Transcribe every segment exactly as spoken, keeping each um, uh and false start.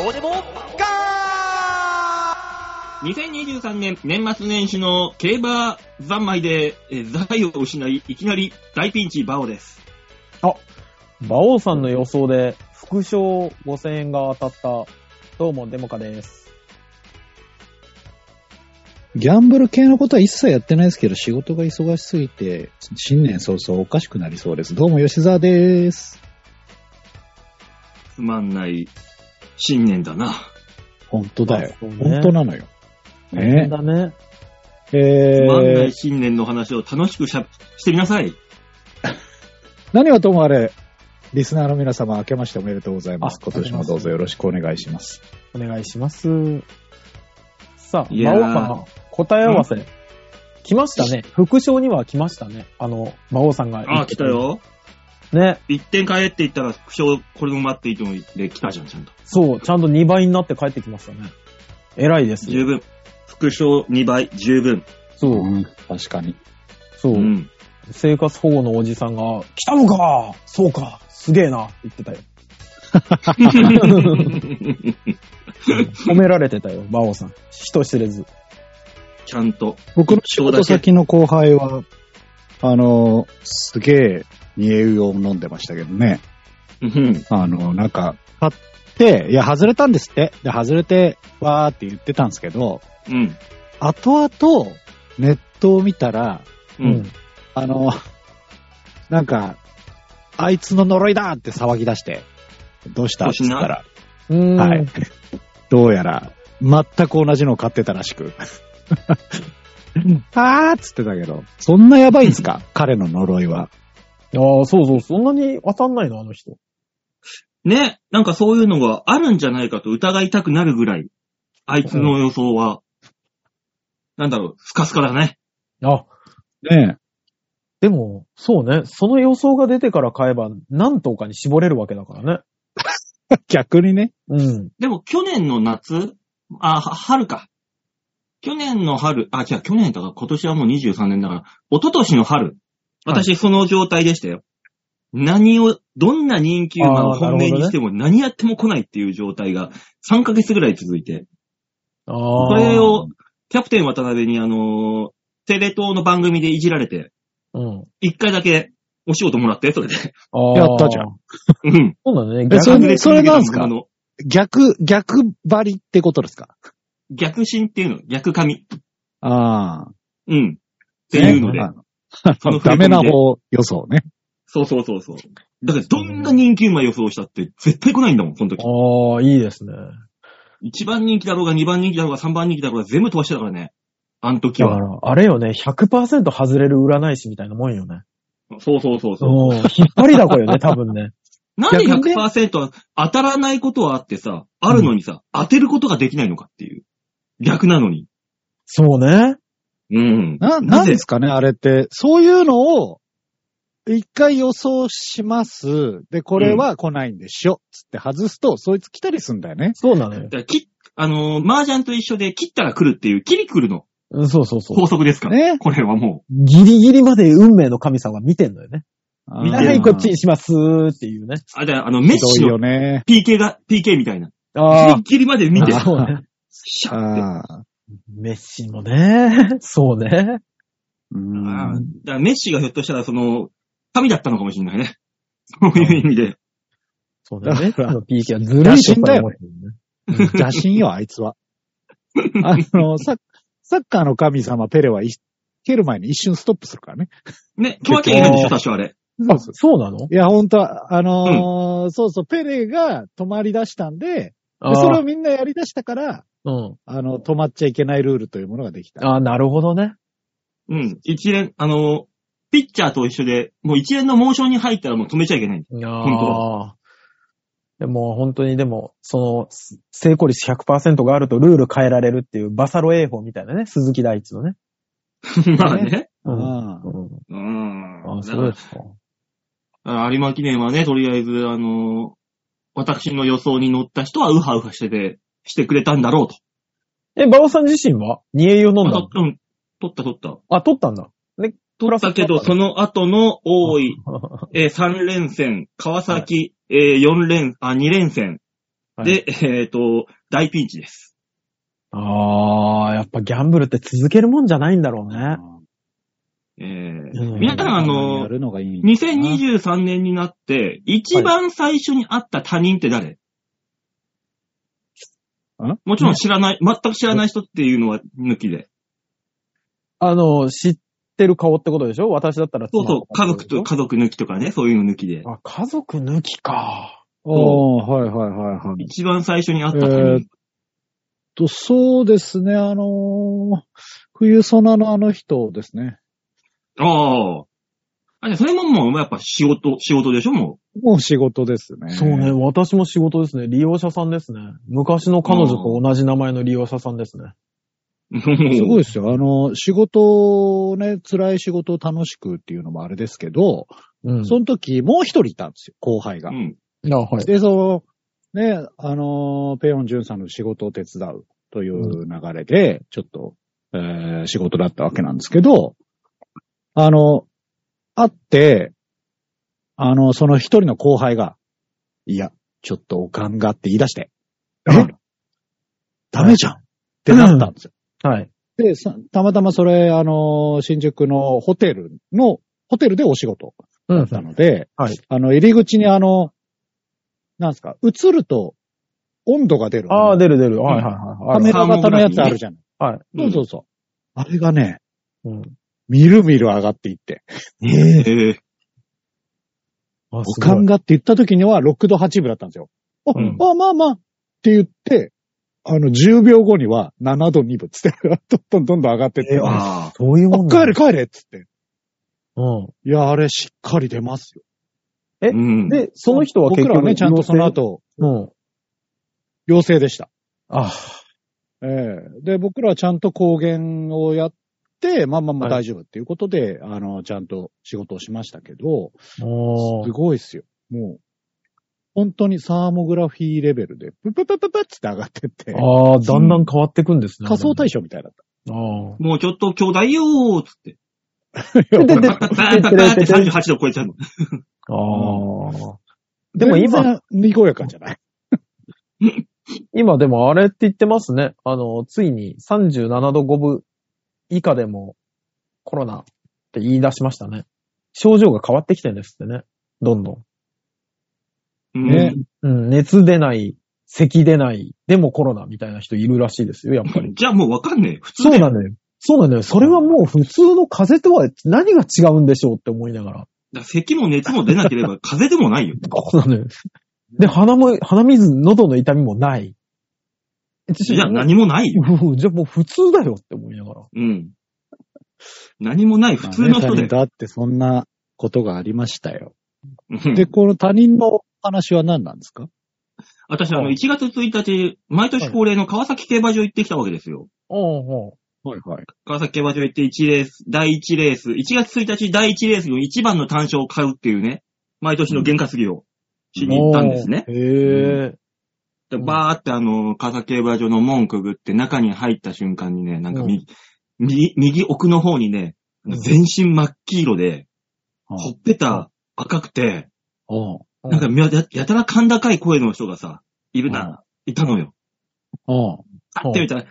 どうでもガー !にせんにじゅうさん 年年末年始の競馬三昧で財を失い、いきなり大ピンチバオです。 あ、バオさんの予想で副賞ごせんえんが当たった。どうも、デモカです。 ギャンブル系のことは一切やってないですけど、仕事が忙しすぎて、新年早々おかしくなりそうです。どうも、吉沢でーす。 つまんない新年だな。 本当だよ。 ね、 本当なのよ。 ね。だね。 えー、 つまんない新年の話を楽しくしゃしてみなさい。何はともあれ、リスナーの皆様、明けましておめでとうございます。今年もどうぞよろしくお願いします。 お願いします。さあ、馬王さん、答え合わせ、来ましたね。副賞には来ましたね。あの、馬王さんが。 あ、来たよ。 ね。 一点買えって言ったら、副賞、これも待っていいと思って来たじゃん、ちゃんと。 そう、ちゃんとにばいになって帰ってきましたね。偉いです。 十分。副賞にばい、十分。 そう。 うん、確かに。 そう、うん。生活保護のおじさんが、来たのかそうかすげえな言ってたよ。褒められてたよ、馬王さん。人知れず。 ちゃんと。 僕の仕事先の後輩は、あの、すげえ、煮え湯を飲んでましたけどね。 うん。 あの、なんか、買って、いや、外れたんですって。で、外れて、わーって言ってたんですけど、 うん。 後々、ネットを見たら、 うん。 あの、なんか、あいつの呪いだって騒ぎ出して、どうしたって言ったら、 うーん、 はい。どうやら、全く同じのを買ってたらしく。あーっつってたけど、そんなやばいんすか彼の呪いは。 ああ、そうそう、そんなに当たんないのあの人。 ね、なんかそういうのがあるんじゃないかと疑いたくなるぐらい、あいつの予想は、うん、なんだろう、スカスカだね。 あ、 ねえ。 でも、そうね、その予想が出てから買えば、何頭かに絞れるわけだからね。 逆にね。 うん。 でも去年の夏、あ、春か。去年の春、あ、違う、去年だから今年はもうにじゅうさんねんだから、一昨年の春、私、はい、その状態でしたよ。何を、どんな人気馬を本命にしても何やっても来ないっていう状態がさんかげつぐらい続いて。 ああ。 これを、キャプテン渡辺にあの、テレ東の番組でいじられて、 うん。 一回だけお仕事もらって、それで。 ああ。 やったじゃん。 うん。 そうだね。 逆それ、それなんすか逆、逆張りってことですか逆進っていうの逆髪。 ああ。 うん。っていうので。ね、 ダメな方予想ね。 そうそうそうそう。だからどんな人気馬予想したって絶対来ないんだもん、その時。 ああ、いいですね。 一番人気だろうが二番人気だろうが三番人気だろうが全部飛ばしてたからね。あの時は。 だから、あれよね、ひゃくパーセント 外れる占い師みたいなもんよね。 そうそうそうそう。 引っ張りだこよね、多分ね。 なんで ひゃくパーセント 当たらないことはあってさ、あるのにさ、うん、当てることができないのかっていう。逆なのに。 そうね。 うん。 な、なんですかね、あれって。そういうのを、一回予想します。で、これは来ないんでしょ。つって外すと、そいつ来たりすんだよね。 そうなのよ。 だからきあのー、麻雀と一緒で切ったら来るっていう、切り来るの。 そうそうそう。 法則ですからね。これはもう。ギリギリまで運命の神様見てんのよね。 見てはい、こっちにしますっていうね。 あ、だあの、メッシの ピーケー が、ピーケー みたいな。 あギリギリまで見て。 そうね。 シャーって。 メッシもね。そうね。 うーん。 あだからメッシがひょっとしたらその、神だったのかもしれないね。そういう意味で。 そうだね。メッシの ピーケー はずるいと邪神だよね。 邪神よ、あいつは。あの、サッ、サッカーの神様ペレは、蹴る前に一瞬ストップするからね。 ね、止まっちゃいけないんでしょ、多少あれ。 あ、そうなの？ いや、ほんとは、あのーうん、そうそう、ペレが止まり出したんで、でそれをみんなやり出したから、 うん、 あの、止まっちゃいけないルールというものができた。 ああ、なるほどね。 うん。一連、あの、ピッチャーと一緒で、もう一連のモーションに入ったらもう止めちゃいけない。 いやー。でも本当にでも、その、成功率 ひゃくパーセント があるとルール変えられるっていうバサロ泳法みたいなね、鈴木大地のね。 まあね。 うん。 うん。 あ、そうですか。 有馬記念はね、とりあえず、あの、私の予想に乗った人はウハウハしてて、してくれたんだろうと。 え、馬場さん自身は煮え湯を飲んだの？ うん、取った取った。 あ、取ったんだ。ね、 取ったけど、その後の大井、えー、さん連戦、川崎、えー、よん連、あ、に連戦はいで、えっと、大ピンチです。 あー、やっぱギャンブルって続けるもんじゃないんだろうね。 えーうん皆さん、あやの、 るのがいいにせんにじゅうさんねんになって、一番最初に会った他人って誰？ んもちろん知らない、全く知らない人っていうのは抜きで。 あの、知ってる顔ってことでしょ？私だったらそうそう、家族と、 か。 家族抜きとかね、そういうの抜きで。 あ、家族抜きか。 おー、はいはいはいはい。 一番最初に会った他人。 えーと、そうですね、あのー、冬ソナのあの人ですね。 ああ。あ、じゃあそれももうやっぱ仕事、仕事でしょ、ももう仕事ですね。 そうね、私も仕事ですね。利用者さんですね。昔の彼女と同じ名前の利用者さんですね。 う。 すごいですよ。あの、仕事をね、辛い仕事を楽しくっていうのもあれですけど、 うん。 その時もう一人いたんですよ、後輩が。 うん。 あ、はい。 で、その、ね、あの、ペヨンジュンさんの仕事を手伝うという流れで、ちょっと、えー仕事だったわけなんですけど、あの、会って、あの、その一人の後輩が、いや、ちょっとおかんがって言い出して、 えダメじゃんってなったんですよ。 はい。 で、さたまたまそれ、あの、新宿のホテルの、ホテルでお仕事うん。 だったので、 はい。 あの、入り口にあの、なんですか、映ると温度が出る。 ああ、出る出る。はいはいはい。 カメラ型のやつあるじゃん。 はい。 そうそうそう。あれがね、 うん。 みるみる上がっていって、 ええええあ、 おすごい。 かんがって言った時にはろくどはちぶだったんですよ。あ、 うんあまあまあって言って、あの、じゅうびょうごにはななどにぶつって、どんどんどんどん上がってって、 えあ、 ああ。 そういうもん帰れ帰れっつって。 うん。 いや、あれしっかり出ますよ。 えうん。 で、その人は結局僕らはね、ちゃんとその後、 うん。 陽性でした。 あええで、僕らはちゃんと抗原をやって、まあまあまあはい大丈夫っていうことで、あの、ちゃんと仕事をしましたけど、 おすごいっすよ。もう、本当にサーモグラフィーレベルで、プププププって上がってって、 ああ、だんだん変わっていくんですね。 仮想対象みたいだっああ。 もうちょっと兄弟よーっつって。 た。 で、で、 パッパッパッパッパッってさんじゅうはちど超えちゃうの。 ああ。でも今、 全然にこやかじゃない。 今でもあれって言ってますね。あの、ついにさんじゅうななどごぶ以下でもコロナって言い出しましたね。症状が変わってきてるんですってね。どんどん。 ねうん、熱出ない、咳出ない、でもコロナみたいな人いるらしいですよ、やっぱり。 じゃあもうわかんねえ。普通そうだよ。 なのよ。そうなのよ。それはもう普通の風邪とは何が違うんでしょうって思いながら。 だから咳も熱も出なければ風邪でもないよ。 そうなのよ。で、鼻も、鼻水、喉の痛みもない。 じゃあ何もないよ。 うんじゃあもう普通だよって思いながら。 うん。何もない普通の人で。 まあねだってそんなことがありましたよ。 うんで、この他人の話は何なんですか？ 私、あの、いちがつついたち、毎年恒例の川崎競馬場行ってきたわけですよ。 おうおうはいはい。 川崎競馬場行っていちレース、だいいちレース、いちがつついたちだいいちレースのいちばんの単勝を買うっていうね、毎年の験担ぎをしに行ったんですね。 へえ。 でバーってあの、川崎競馬場の門くぐって中に入った瞬間にね、なんか右、右、右奥の方にね、 うん全身真っ黄色で、 うんほっぺた赤くて、 おうなんかややたら甲高い声の人がさ、いるな、いたのよ。 おうあってみたら、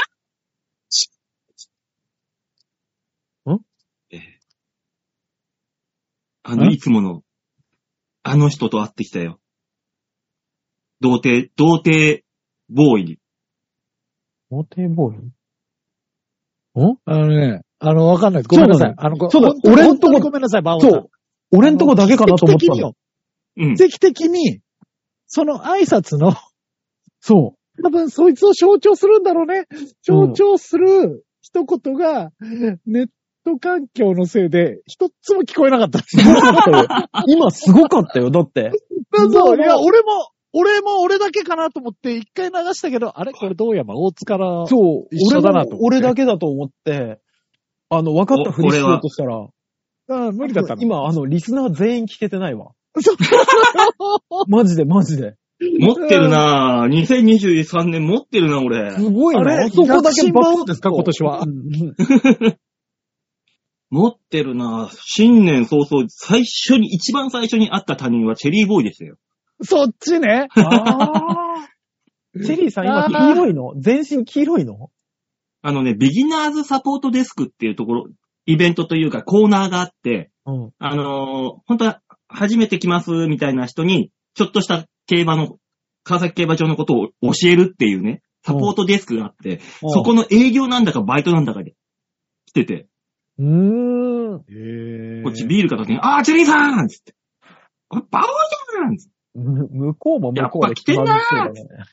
んええあの、 んいつもの、あの人と会ってきたよ。童貞、童貞ボーイに。 モテボーイんあのね、あの、わかんないです。ごめんなさい。あの、 そうだ本当に俺んとこ本当にごめんなさい、バオさん。 そう。俺んとこだけかなと思ってたの。 うん。 奇跡的に、その挨拶の、 そ多分そいつを象徴するんだろうね。象徴する一言が、ネット環境のせいで、一つも聞こえなかった。 う。すごかったよ。今すごかったよ。だって。 そう、いや、俺も、俺も俺だけかなと思って一回流したけど、あれこれどうやま大塚の。 そう。 一緒だなと思って俺も俺だけだと思って、あの、分かったふりしようとしたら、 うん、無理だったの。 今、あの、リスナー全員聞けてないわ。 そうマジでマジで。 持ってるなぁ。にせんにじゅうさんねん持ってるな、俺。 すごいな。 あれそこだけ逆進馬王ですか今年はうんうん持ってるなぁ。新年早々、最初に、一番最初に会った他人はチェリーボーイでしたよ。 そっちね。 あチェリーさん今黄色いの？全身黄色いの？ あのね、ビギナーズサポートデスクっていうところ、イベントというかコーナーがあって、うん、あのー、本当は初めて来ますみたいな人に、ちょっとした競馬の、川崎競馬場のことを教えるっていうね、サポートデスクがあって、うん、そこの営業なんだかバイトなんだかで来てて。 うーん。 へー。こっちビール片手に、あー、チェリーさんつって。これバオじゃんつって。 向こうも向こうで。 やっぱ来てんなー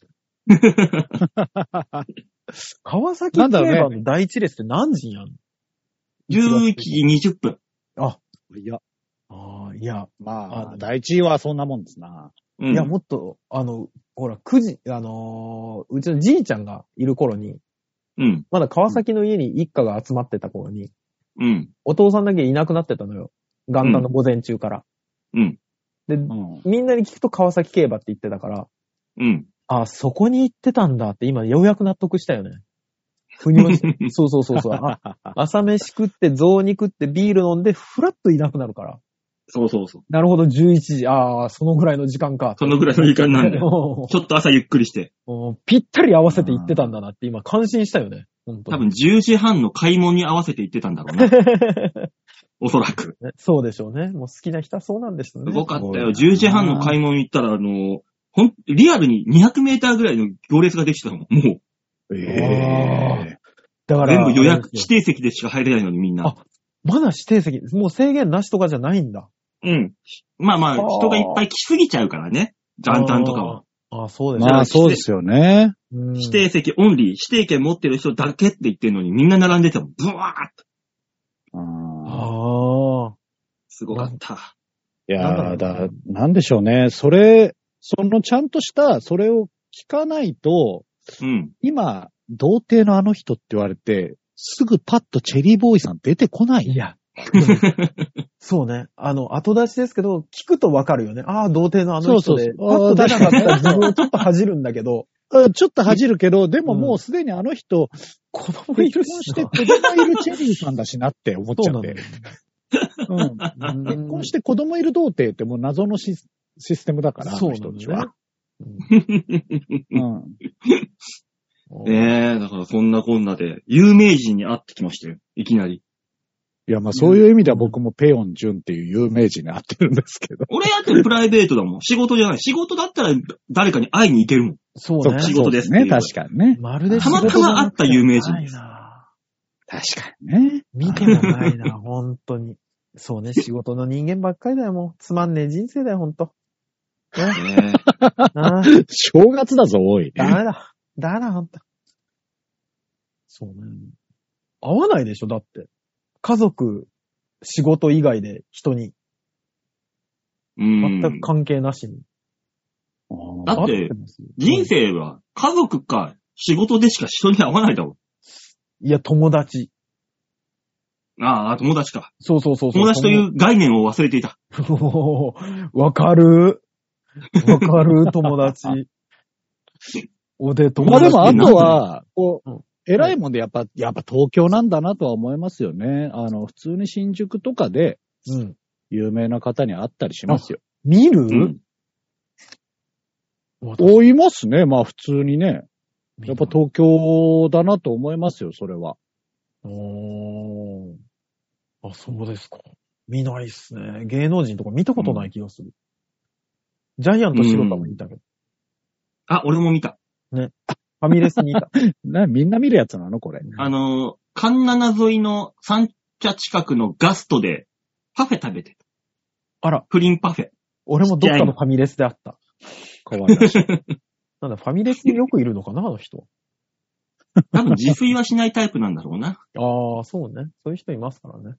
川崎競馬の第一列って何時やんの？ じゅういちじにじゅっぷん。 あ、いや。 ああ、いや。 まあ、第一はそんなもんですな。 うん、いや、もっと、あの、ほら、くじ、あのー、うちのじいちゃんがいる頃に、 うん。 まだ川崎の家に一家が集まってた頃に、 うん。 お父さんだけいなくなってたのよ。元旦の午前中から。 うん。 で、うん、みんなに聞くと川崎競馬って言ってたから、 うん。 あ、そこに行ってたんだって今ようやく納得したよね。ふに落ちそうそうそうそう。あ朝飯食って雑煮食ってビール飲んでフラッといなくなるから。 そうそうそう。 なるほど、じゅういちじ。ああ、そのぐらいの時間か。 そのぐらいの時間なんだよ。ちょっと朝ゆっくりして。 ぴったり合わせて行ってたんだなって今感心したよね。本当多分じゅうじはんの買い物に合わせて行ってたんだろうな。おそらく。 そうでしょうね。もう好きな人はそうなんですね。 すごかったよ。じゅうじはんの買い物に行ったら、あの、ほん、リアルににひゃくメーターぐらいの行列ができてたもん。もう。 ええー。 だから。 全部予約、指定席でしか入れないのにみんな。 あ、まだ指定席、もう制限なしとかじゃないんだ。 うん。まあまあ、人がいっぱい来すぎちゃうからね。元旦とかは。 ああ、そうですね。 まあそうですよね。 指定席オンリー、指定券持ってる人だけって言ってるのにみんな並んでても、ブワーッと。 ああ。 すごかった。 いやー、だ、なんでしょうね。それ、そのちゃんとした、それを聞かないと、 うん。 今、童貞のあの人って言われて、すぐパッとチェリーボーイさん出てこない。 いや。そうね。あの、後出しですけど、聞くとわかるよね。ああ、童貞のあの人で。そうそうそう。パッと出なかったら自分をちょっと恥じるんだけど。 ちょっと恥じるけど、でももうすでにあの人、 子供いるし。 結婚して子供いるチェリーさんだしなって思っちゃって。うん、結婚して子供いる童貞ってもう謎のシス、システムだから、 そうあの人たちは。 うん、ええー、だからそんなこんなで、有名人に会ってきましたよ。いきなり。 いや、まあそういう意味では僕もペヨンジュンっていう有名人に会ってるんですけど。 俺やってプライベートだもん。仕事じゃない。仕事だったら誰かに会いに行けるもん。 そうね。 仕事ですね。確かにね。 まるでたまたま会った有名人です。 確かにね。 見てもないな、本当に。そうね、仕事の人間ばっかりだよ、もう。つまんねえ人生だよ、ほんと。 ねえ。正月だぞ、おい。 ダメだ。ダメだ、ほんと。そうね。会わないでしょ、だって。家族、仕事以外で人に。全く関係なしに。 だって、人生は家族か仕事でしか人に会わないだろ。 いや、友達。 ああ、友達か。 そうそうそうそう。 友達という概念を忘れていた。 わかる。わかる、友達。おで友達。 まあでも、あとは、こう、うん、偉いもんでやっぱ、やっぱ東京なんだなとは思いますよね。あの、普通に新宿とかで、うん。有名な方に会ったりしますよ。 見る？うん。 おいますね。まあ普通にね。やっぱ東京だなと思いますよ、それは。 おー。あ、そうですか。見ないっすね。芸能人とか見たことない気がする。うん、ジャイアント白田もいたけど、うん。 あ、俺も見た。 ね。ファミレスにいた。 な、みんな見るやつなのこれ。 あの、環七沿いの三茶近くのガストでパフェ食べてた。 あら。 プリンパフェ。 俺もどっかのファミレスであった。かわいらしい。なんだ、ファミレスによくいるのかな、あの人。 多分自炊はしないタイプなんだろうな。 ああ、そうね。そういう人いますからね。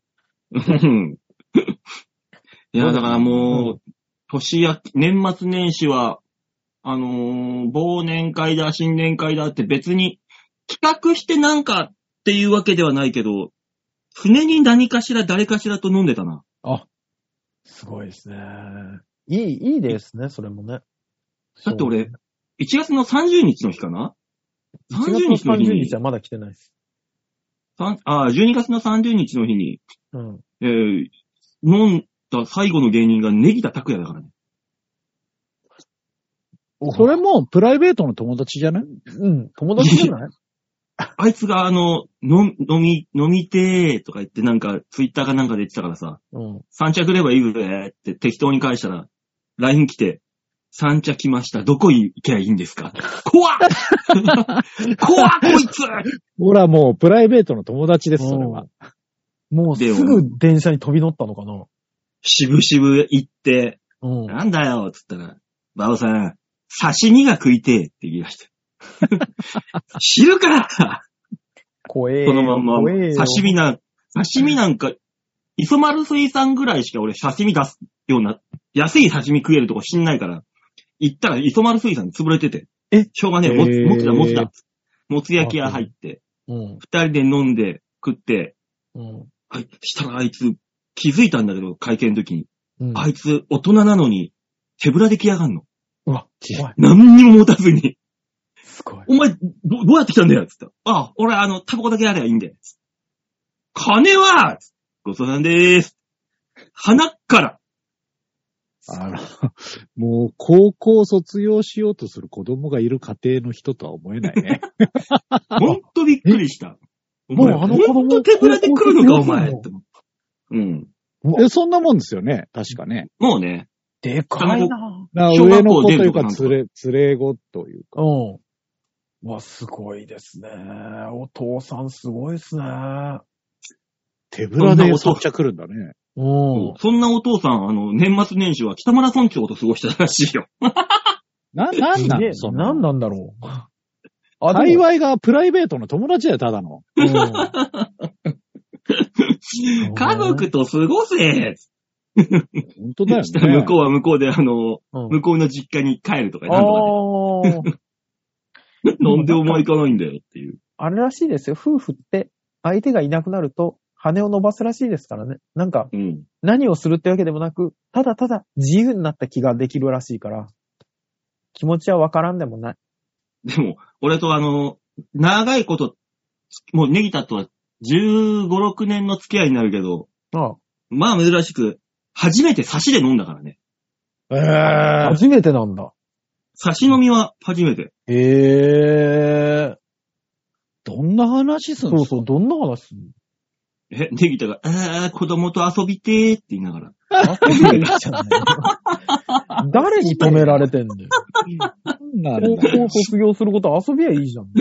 いや、だからもう、年や、年末年始は、あのー、忘年会だ、新年会だって別に企画してなんかっていうわけではないけど、船に何かしら誰かしらと飲んでたな。 あ、すごいですね。いい、いいですね、それもね。 だって俺、いちがつのさんじゅうにちの日かな ?さんじゅうにちの日に。 さんじゅうにちはまだ来てないです。 あ、じゅうにがつのさんじゅうにちの日に、 うん、 えー、飲んだ最後の芸人がネギ田拓也だからね。 それもプライベートの友達じゃない？ うん、友達じゃない？ あいつがあの、飲み、飲みてーとか言ってなんか、ツイッターかなんかで言ってたからさ、 うん。 三茶来ればいいぜって適当に返したら、ライン 来て、三茶来ました。どこ行けばいいんですか？怖っ怖っこいつほらもうプライベートの友達です、それは。 もうすぐ電車に飛び乗ったのかな？ 渋々行って、 うん、 なんだよつったら、バオさん、刺身が食いてーって言いました。知るから怖えー。 そのまんま、 刺刺身な、刺身なんか、磯丸水産ぐらいしか俺刺身出すような、安い刺身食えるとこ知んないから、行ったら磯丸水産潰れてて、 えしょうがねえ、もつ、もつだ、もつだ。もつ焼き屋入って、 うん、 二人で飲んで食って、 うん、 はい、したらあいつ気づいたんだけど、会見の時に。 うん、 あいつ大人なのに手ぶらで来やがんの。 うわ、怖い。 何にも持たずに。 すごい。 お前、ど、どうやって来たんだよつった。あ、俺あの、タバコだけやればいいんだよ。金はごちそうさんでーす。鼻から。 あの、もう高校卒業しようとする子供がいる家庭の人とは思えないね。 ほんとびっくりした。 もうあの子供ほんと手ぶらで来るのかお前。うん。 え、そんなもんですよね。確かね。 もうね。 でかいな。 上の子というか、連れ、連れ子というか。 うん。わ、すごいですね。お父さんすごいですね。 手ぶらでそっちゃ来るんだね。 うん。 そんなお父さん、あの、年末年始は北マラソン長と過ごしたらしいよ。 な、なんなのその。 なんなんだろう。 あ、幸いがプライベートの友達だよ、ただの。うん家族と過ごせ本当だよね。 向こうは向こうで、あの、うん、向こうの実家に帰るとか、なんとかね。なんでお前行かないんだよっていう。 あれらしいですよ。夫婦って相手がいなくなると羽を伸ばすらしいですからね。なんか、うん、何をするってわけでもなく、ただただ自由になった気ができるらしいから、気持ちはわからんでもない。 でも、俺とあの、長いこと、もうネギタとはじゅうご、ろくねんの付き合いになるけど、ああまあ珍しく、初めて差しで飲んだからね。 えー、初めてなんだ。 差し飲みは初めて。 えー。 どんな話すんの？ そうそう、どんな話すんの？ え、ネギタが、あー、子供と遊びてーって言いながら。 遊びていいじゃん、ね。誰に止められてんだよ。高校卒業することは遊びはいいじゃん。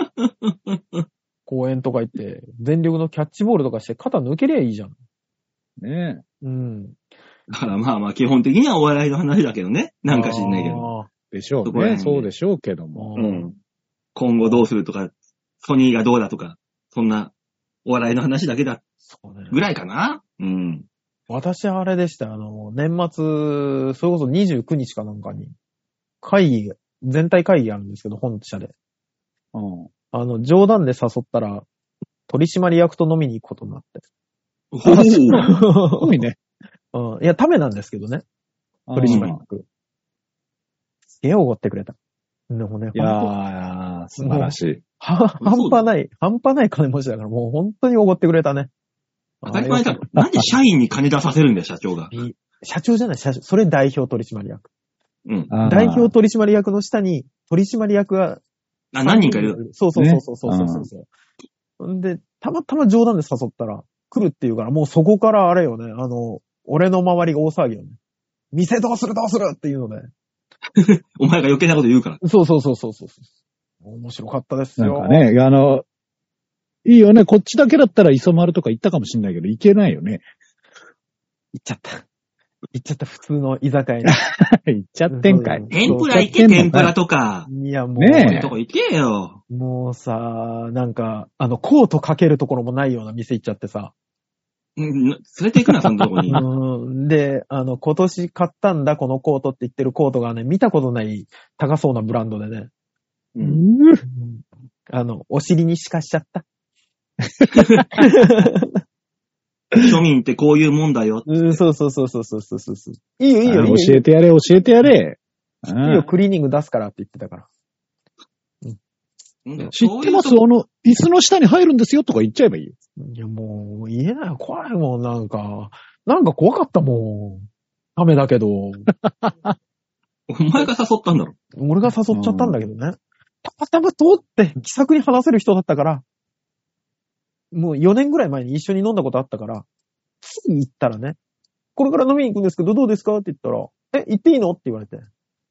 公園とか行って、全力のキャッチボールとかして肩抜けりゃいいじゃん。 ねえ。うん。 だからまあまあ基本的にはお笑いの話だけどね。なんか知んないけど。 でしょうね。そうでしょうけども。 うん。今後どうするとか、ソニーがどうだとか、そんなお笑いの話だけだ。そうね。ぐらいかな。うん。 私はあれでした。あの、年末、それこそにじゅうくにちかなんかに、会議、全体会議あるんですけど、本社で。うん。あの、冗談で誘ったら、取締役と飲みに行くことになって。 おー。 すごいね。 うん。いや、ためなんですけどね。取締役。すげえおごってくれた。でもね、 いやー、素晴らしい。 は、半端ない、半端ない金持ちだから、もう本当におごってくれたね。 当たり前だ。なんで社員に金出させるんだよ、社長が。 社長じゃない、社長。それ代表取締役。 うん。 代表取締役の下に、取締役が、 あ、何人かいる。 そうそうそうそうそうそう。ね、んで、たまたま冗談で誘ったら、来るっていうから、もうそこからあれよね、あの、俺の周りが大騒ぎよね。店どうするどうするっていうので。 お前が余計なこと言うから。 そうそうそうそうそう。面白かったですよ。 なんかね、あの、いいよね。こっちだけだったら磯丸とか行ったかもしんないけど、行けないよね。 行っちゃった。行っちゃった、普通の居酒屋に。 行っちゃってんかい。 天ぷら行け、天ぷらとか。 いや、もう。 ねえ。 とこ行けよ。 もうさ、なんか、あの、コートかけるところもないような店行っちゃってさ。 うん、連れて行くな、そんなとこに。 うん。で、あの、今年買ったんだ、このコートって言ってるコートがね、見たことない高そうなブランドでね。 うん。うん、 あの、お尻に敷かしちゃった。 庶民ってこういうもんだよ。 うん、そうそうそうそうそうそうそう。いいよいいよいいよ。 教えてやれ、教えてやれ。 いいよ、クリーニング出すからって言ってたから。 うん、知ってます？あの、椅子の下に入るんですよとか言っちゃえばいいよ。 いや、もう、言えないよ。怖いもん、なんか。なんか怖かったもん。ダメだけど。 お前が誘ったんだろ。 俺が誘っちゃったんだけどね。たまたま通って気さくに話せる人だったから、もうよねんぐらい前に一緒に飲んだことあったから、つい行ったらね、これから飲みに行くんですけどどうですかって言ったら、え、行っていいのって言われて。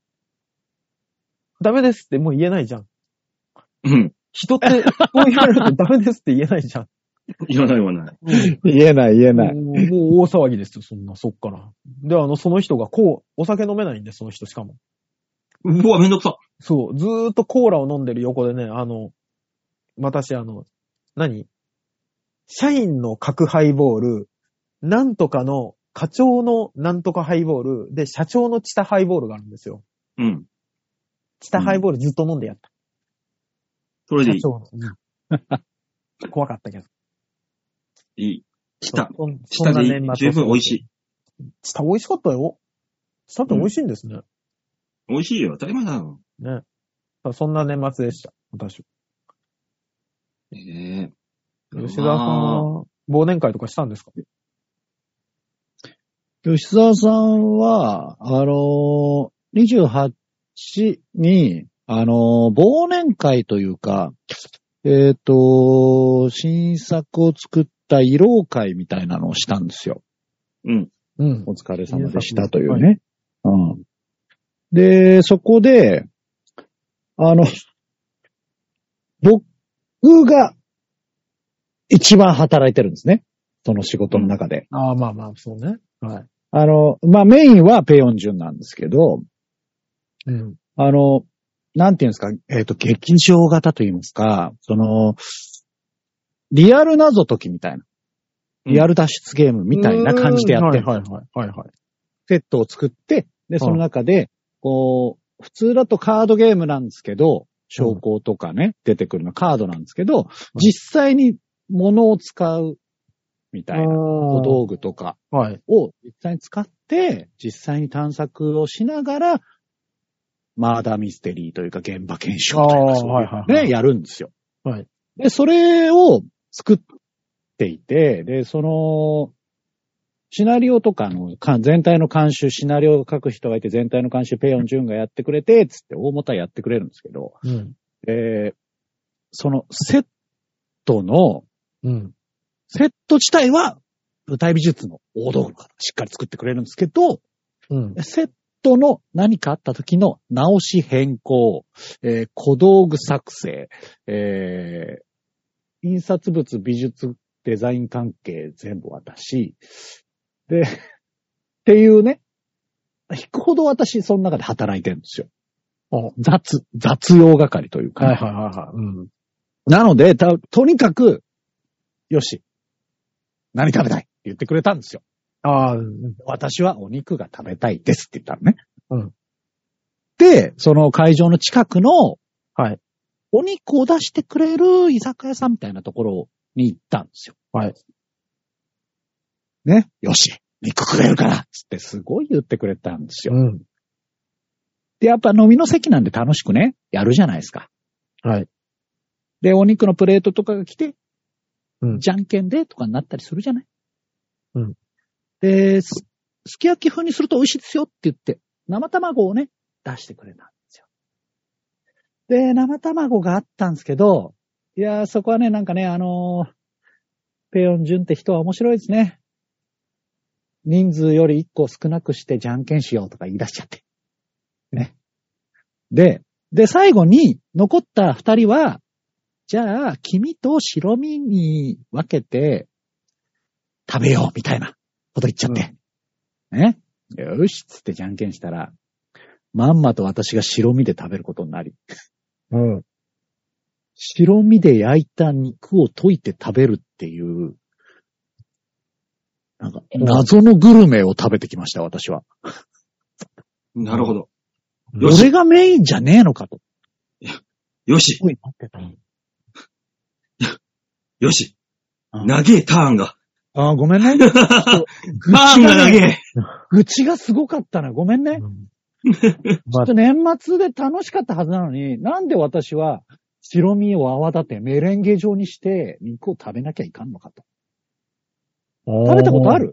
ダメですってもう言えないじゃん。 うん。 人って、こう言われるとダメですって言えないじゃん。 言わない言わない。 言えない言えない。 もう、もう大騒ぎですよ、そんな、そっから。で、あの、その人がこう、お酒飲めないんで、その人しかも。 うわ、めんどくさ。 そう、ずーっとコーラを飲んでる横でね、あの、私、あの、何社員の角ハイボール、なんとかの課長のなんとかハイボール、で、社長のチタハイボールがあるんですよ。 うん。 チタハイボールずっと飲んでやった。 それでいい。 社長の。うん、怖かったけど。 いい。チタ。 そチタでいい。十分美味しい。 チタ美味しかったよ。チタって美味しいんですね。うん、 美味しいよ。当たり前だよ。 ね。そんな年末でした。私。 ええー。吉沢さんは忘年会とかしたんですか？ 吉沢さんは、あの、にじゅうはちに、あの、忘年会というか、えっと、新作を作った慰労会みたいなのをしたんですよ。 うん。 うん。 お疲れ様でしたというね。はい、うん。で、そこで、あの、僕が一番働いてるんですね。その仕事の中で。 うん、ああ、まあまあ、そうね。はい。 あの、まあメインはペヨンジュンなんですけど、 うん。 あの、なんていうんですか、えっと、劇場型といいますか、その、リアル謎解きみたいな。リアル脱出ゲームみたいな感じでやってる。 はいはいはい。はいはい。 セットを作って、で、その中で、こう、普通だとカードゲームなんですけど、証拠とかね、うん、出てくるのはカードなんですけど、実際に物を使うみたいな小道具とかを実際に使って、実際に探索をしながら、マーダーミステリーというか現場検証というかそういうね、はいはいはい、やるんですよ。 はい。 で、それを作っていて、で、その、シナリオとかの、全体の監修、シナリオを書く人がいて、全体の監修、ペヨンジュンがやってくれて、つって大元はやってくれるんですけど、うん、えー、そのセットの、うん、セット自体は舞台美術の大道具がしっかり作ってくれるんですけど、うん、セットの何かあった時の直し変更、えー、小道具作成、えー、印刷物美術デザイン関係全部私、で、っていうね、引くほど私その中で働いてるんですよ。雑、雑用係というか、ね。はいはいはいはい。うん、なので、た、とにかく、よし、何食べたいって言ってくれたんですよ。ああ、うん、私はお肉が食べたいですって言ったのね。うん。で、その会場の近くの、はい。お肉を出してくれる居酒屋さんみたいなところに行ったんですよ。はい。ね。よし、肉食えるからつってすごい言ってくれたんですよ。うん。で、やっぱ飲みの席なんで楽しくね、やるじゃないですか。はい。で、お肉のプレートとかが来て、うん、じゃんけんでとかになったりするじゃない。うん。で、す、すき焼き風にすると美味しいですよって言って、生卵をね、出してくれたんですよ。で、生卵があったんですけど、いやー、そこはね、なんかね、あのー、ペヨンジュンって人は面白いですね。人数より一個少なくしてじゃんけんしようとか言い出しちゃって。ね。で、で、最後に残った二人は、じゃあ、黄身と白身に分けて食べようみたいなこと言っちゃって。うん、ね。よし、つってじゃんけんしたら、まんまと私が白身で食べることになり。うん。白身で焼いた肉を溶いて食べるっていう、なんか、謎のグルメを食べてきました、私は。 なるほど。 俺がメインじゃねえのかと。 よし。 おい、待ってた。 よし。長えターンが。 ああ、ごめんね。 ターンが長え。 愚痴がすごかったな。ごめんね。うん、ちょっと年末で楽しかったはずなのに、なんで私は白身を泡立てメレンゲ状にして肉を食べなきゃいかんのかと。食べたことある？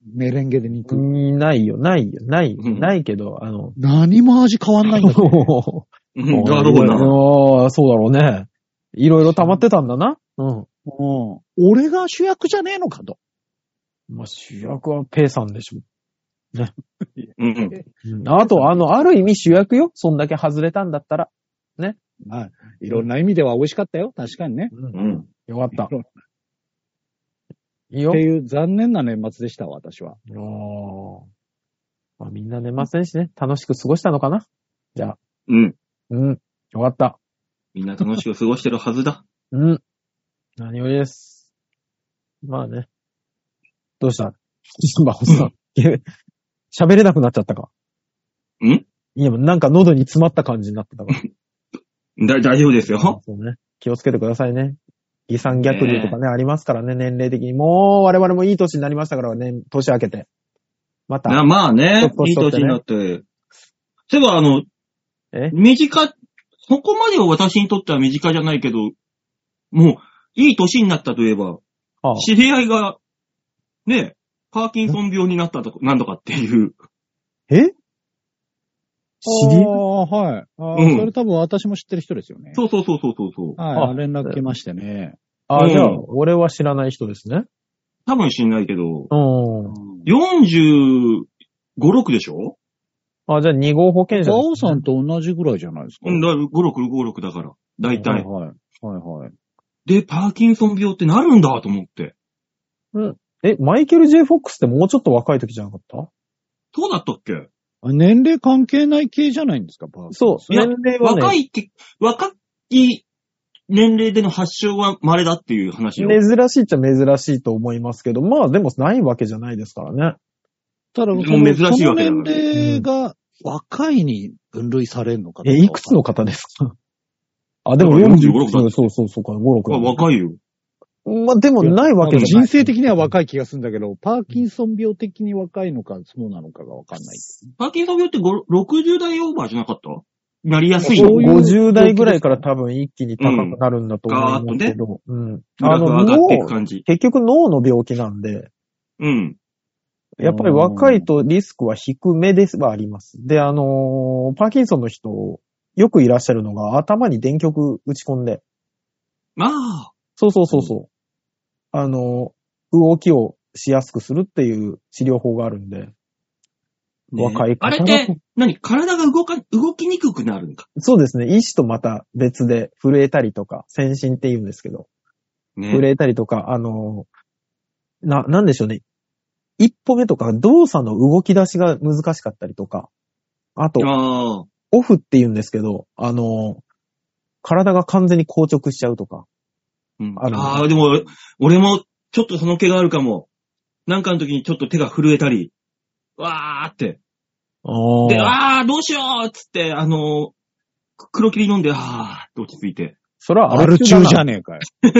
メレンゲで肉。 ないよ、ないよ、ない、 うんないけど、あの、 何も味変わんないんだって。 うん、ガードボールな。 ああ、そうだろうね。いろいろ溜まってたんだな。うん。 うん。俺が主役じゃねえのかと。 まあ、主役はペイさんでしょ。 うん。 うんあと、あの、ある意味主役よ。そんだけ外れたんだったら。 まあ、いろんな意味では美味しかったよ。確かにね。 うんうん。 よかった。 っいいよて。いう残念な年末でした、私は。 おーまあ、みんな寝ませんしね。楽しく過ごしたのかな。じゃあ。 うん。 うん。よかった。 みんな楽しく過ごしてるはずだ。 うん。何よりです。まあね。どうしたバホさん。喋れなくなっちゃったか。 んいや、なんか喉に詰まった感じになってたから。 だ、大丈夫ですよ。 そうね。気をつけてくださいね。遺産逆流とかね、ありますからね、年齢的に。もう、我々もいい年になりましたからね、年明けて。また。 なまあね、いいちょっと年になって。そういえば、あの、 え身近、そこまでは私にとっては身近じゃないけど、もう、いい年になったといえば、 ああ知り合いが、ね、パーキンソン病になったとか、なんとかっていう。 え知り合いああ、はい。あーうんそれ多分私も知ってる人ですよね。 そうそうそうそうそうそう。 はい。 あ連絡来ましてね。 あ、 うんじゃあ、俺は知らない人ですね。 多分知んないけど、 うん。 よんじゅうご、ろくでしょあ、じゃあに号保険者バですね、 オさんと同じぐらいじゃないですか。 うん、だご、ろく、ご、ろくだから。だいたい。 はいはい。はいはい。 で、パーキンソン病ってなるんだと思って。 え、マイケル・ジェイ・フォックスってもうちょっと若い時じゃなかったそうだったっけあ年齢関係ない系じゃないんですか、パーキンソンそう、 いや年齢はね、 若いって、若い年齢での発症は稀だっていう話よ。 珍しいっちゃ珍しいと思いますけど、まあでもないわけじゃないですからね。 ただ、 もうその珍しいわけだそのから年齢が若いに分類されるのかどうえ、 かいくつの方ですかあ、でもだからよんじゅうよんじゅうご、ろくだそうそうそうか、ご、ろくあ若いよ。 まあでもないわけじゃない。 人生的には若い気がするんだけど、パーキンソン病的に若いのか、そうなのかがわかんない。 パーキンソン病ってごろくじゅう代オーバーじゃなかったなりやすいのそういうごじゅう代ぐらいから多分一気に高くなるんだと思いますけど、うん。 グラフ上がっていく感じ。 結局脳の病気なんで、 うん。 やっぱり若いとリスクは低めですはあります。で、あのーパーキンソンの人、よくいらっしゃるのが頭に電極打ち込んで、 まあ、 そうそうそうそう。あのー動きをしやすくするっていう治療法があるんで、 ね若い方あれっだとて、何体が動か、動きにくくなるんか。 そうですね。医師とまた別で震えたりとか、先進って言うんですけど、 ね。 震えたりとか、あのーな、なんでしょうね。一歩目とか動作の動き出しが難しかったりとか、あと、 ああ。 オフって言うんですけど、あのー体が完全に硬直しちゃうとか。 うんあるねああ、でも、俺もちょっとその気があるかも。なんかの時にちょっと手が震えたり、わーって。 あで、あー、どうしようっつって、あのー、黒霧飲んで、あーって落ち着いて。 それはアル中じゃねねえかよ。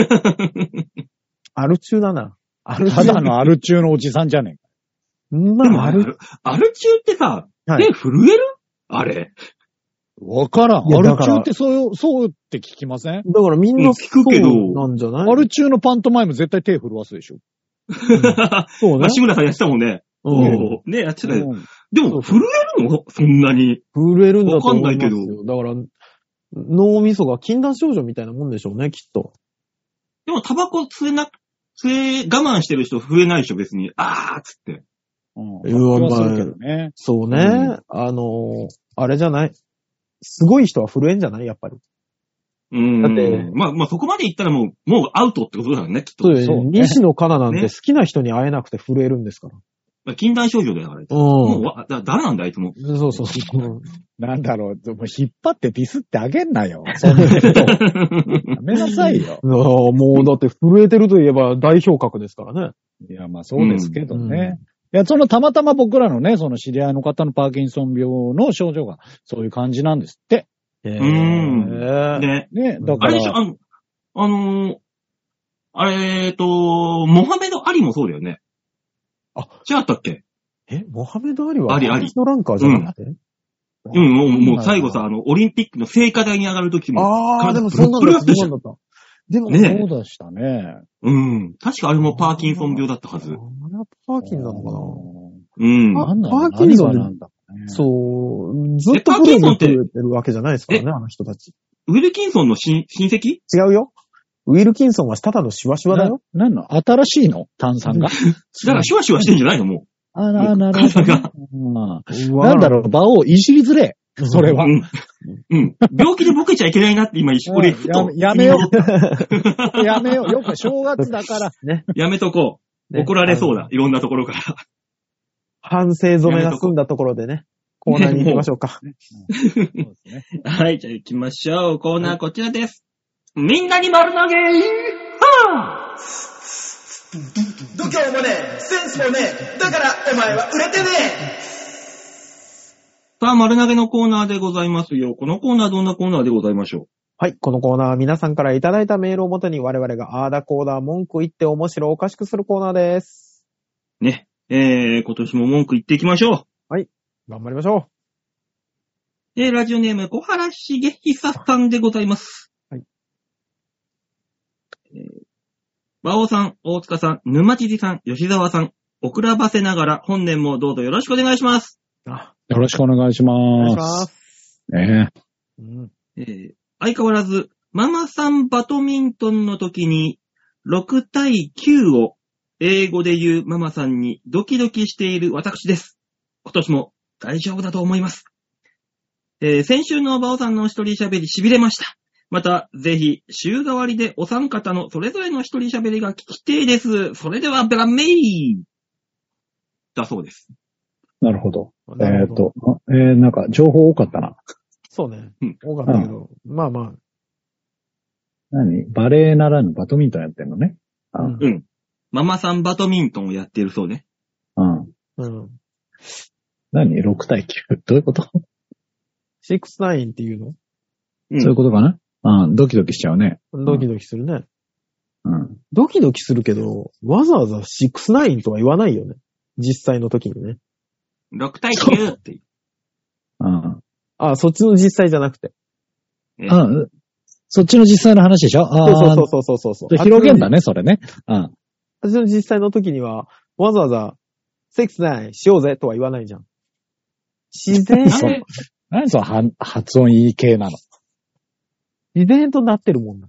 アル中だな。アルただのアル中のおじさんじゃねえか。 まあ、アル、 でもアル、アル中ってさ、 はい手震えるあれ。 わからん。アルいやだから中ってそう、そうって聞きません？ だからみんうんな聞くけどそうなんじゃないアル中のパントマイム絶対手震わすでしょ。 そうね。 志村さんやってたもんね。 うん。 ね、やってたよ。 うんでも、震えるのそんなに。 震えるんだと思いますわかんないけよ。だから、脳みそが禁断症状みたいなもんでしょうね、きっと。 でも、タバコ吸えな、吸え、我慢してる人震えないでしょ、別に。あーっつって。 うん。 うわ気はするけどね。 そうね。 うんあのー、あれじゃない。すごい人は震えんじゃないやっぱり。 うーん。 だってまあ、まあ、そこまで言ったらもう、もうアウトってことだよね、きっと。 そうよそうね西野カナなんてね好きな人に会えなくて震えるんですから。 まあ禁断症状だよ、あれ。もううわ、だ誰なんだ、あいつも。 ん。そうそうそう。 なんだろう、もう引っ張ってディスってあげんなよ。そんな人。やめなさいよ。 ああもうだって震えてるといえば代表格ですからね。 いや、まあそうですけどうんね。いや、そのたまたま僕らのね、その知り合いの方のパーキンソン病の症状がそういう感じなんですって。 へえんー。 ね。 ね、だから。 あれでしょ、あの、あのー、あれ、えっと、モハメド・アリもそうだよね。 あ、 違ったっけえ、モハメド・アリはアリアリのランカーじゃなくて、 うん、もう、もう最後さ、あの、オリンピックの聖火台に上がるときも、 ああ、 体でもそんなプルップルだったじゃんんだった。 でも、 ねそうでしたね。 うん。確かあれもパーキンソン病だったはず。 あれはパーキンなのかな。 うん。 あなんだろうパーキンソン何がなんだろうね。 そう、ずっとえパープロにキンソンって来てるわけじゃないですからね、あの人たち。 ウィルキンソンの親親戚違うよ。ウィルキンソンはただのシワシワだよ。 な、なんの新しいの炭酸が。 だからシュワシュワしてんじゃないのもあら、 う。 なるほどね。 体が。 うんなんだろう、場をいじりづれ。それはう。ん。うん。病気でボケちゃいけないなって今、俺、ふと。 やめやめよう。やめよう。よく正月だから。 ね。 やめとこう。 ね怒られそうだ。いろんなところから。 反省染めが済んだところでね、コーナーに行きましょうか。 そうですね。 はい、じゃあ行きましょう。コーナーこちらです。みんなに丸投げはぁ度胸もねえ、センスもねえ、だからお前は売れてねさあ、丸投げのコーナーでございますよ。このコーナーどんなコーナーでございましょはい。このコーナーは皆さんからいただいたメールをもとに我々があーだこーだ文句言って面白おかしくするコーナーです。 う。ね。えー、今年も文句言っていきましょ頑張りましょう。えー、ラジオネーム、小原茂久さんでございます。 はい。 えー、馬王さん、大塚さん、沼知事さん、吉沢さん、遅らばせながら本年もどうぞよろしくお願いします。 う。あ、 よろしくお願いしお願いしま。 ますす。 ねうん。 えー相変わらず、ママさんバドミントンの時に、ろく対きゅうを英語で言うママさんにドキドキしている私です。今年も大丈夫だと思います。えー先週のバオさんの一人喋り痺れました。また、ぜひ、週替わりでお三方のそれぞれの一人喋りが聞きてえです。それでは、ベラメイだそうです。 なるほど。 なるほどえっと、あえー、なんか情報多かったな。 そうねうん。 多かったけど、まあまあ。 何バレーならぬバドミントンやってんのね。あうんうん。ママさんバドミントンをやっているそうね。 うん。 うん。 何 ?ろく 対きゅう。どういうこと、 ろくじゅうきゅうっていうのうん。 そういうことかなうん。ドキドキしちゃうね。 ドキドキするね。 うん。 ドキドキするけど、わざわざろくじゅうきゅうとは言わないよね。実際の時にね。 ろく対きゅうっていう。 うん。 あ、そっちの実際じゃなくて。 えあ、そっちの実際の話でしょああ。 そうそうそうそうそうそう。 広げんだね、それね。うん。 あっちの実際の時には、わざわざ、ろくじゅうきゅうしようぜとは言わないじゃん。自然、 なんで何そのは発音いい系なの。 自然となってるもんだ。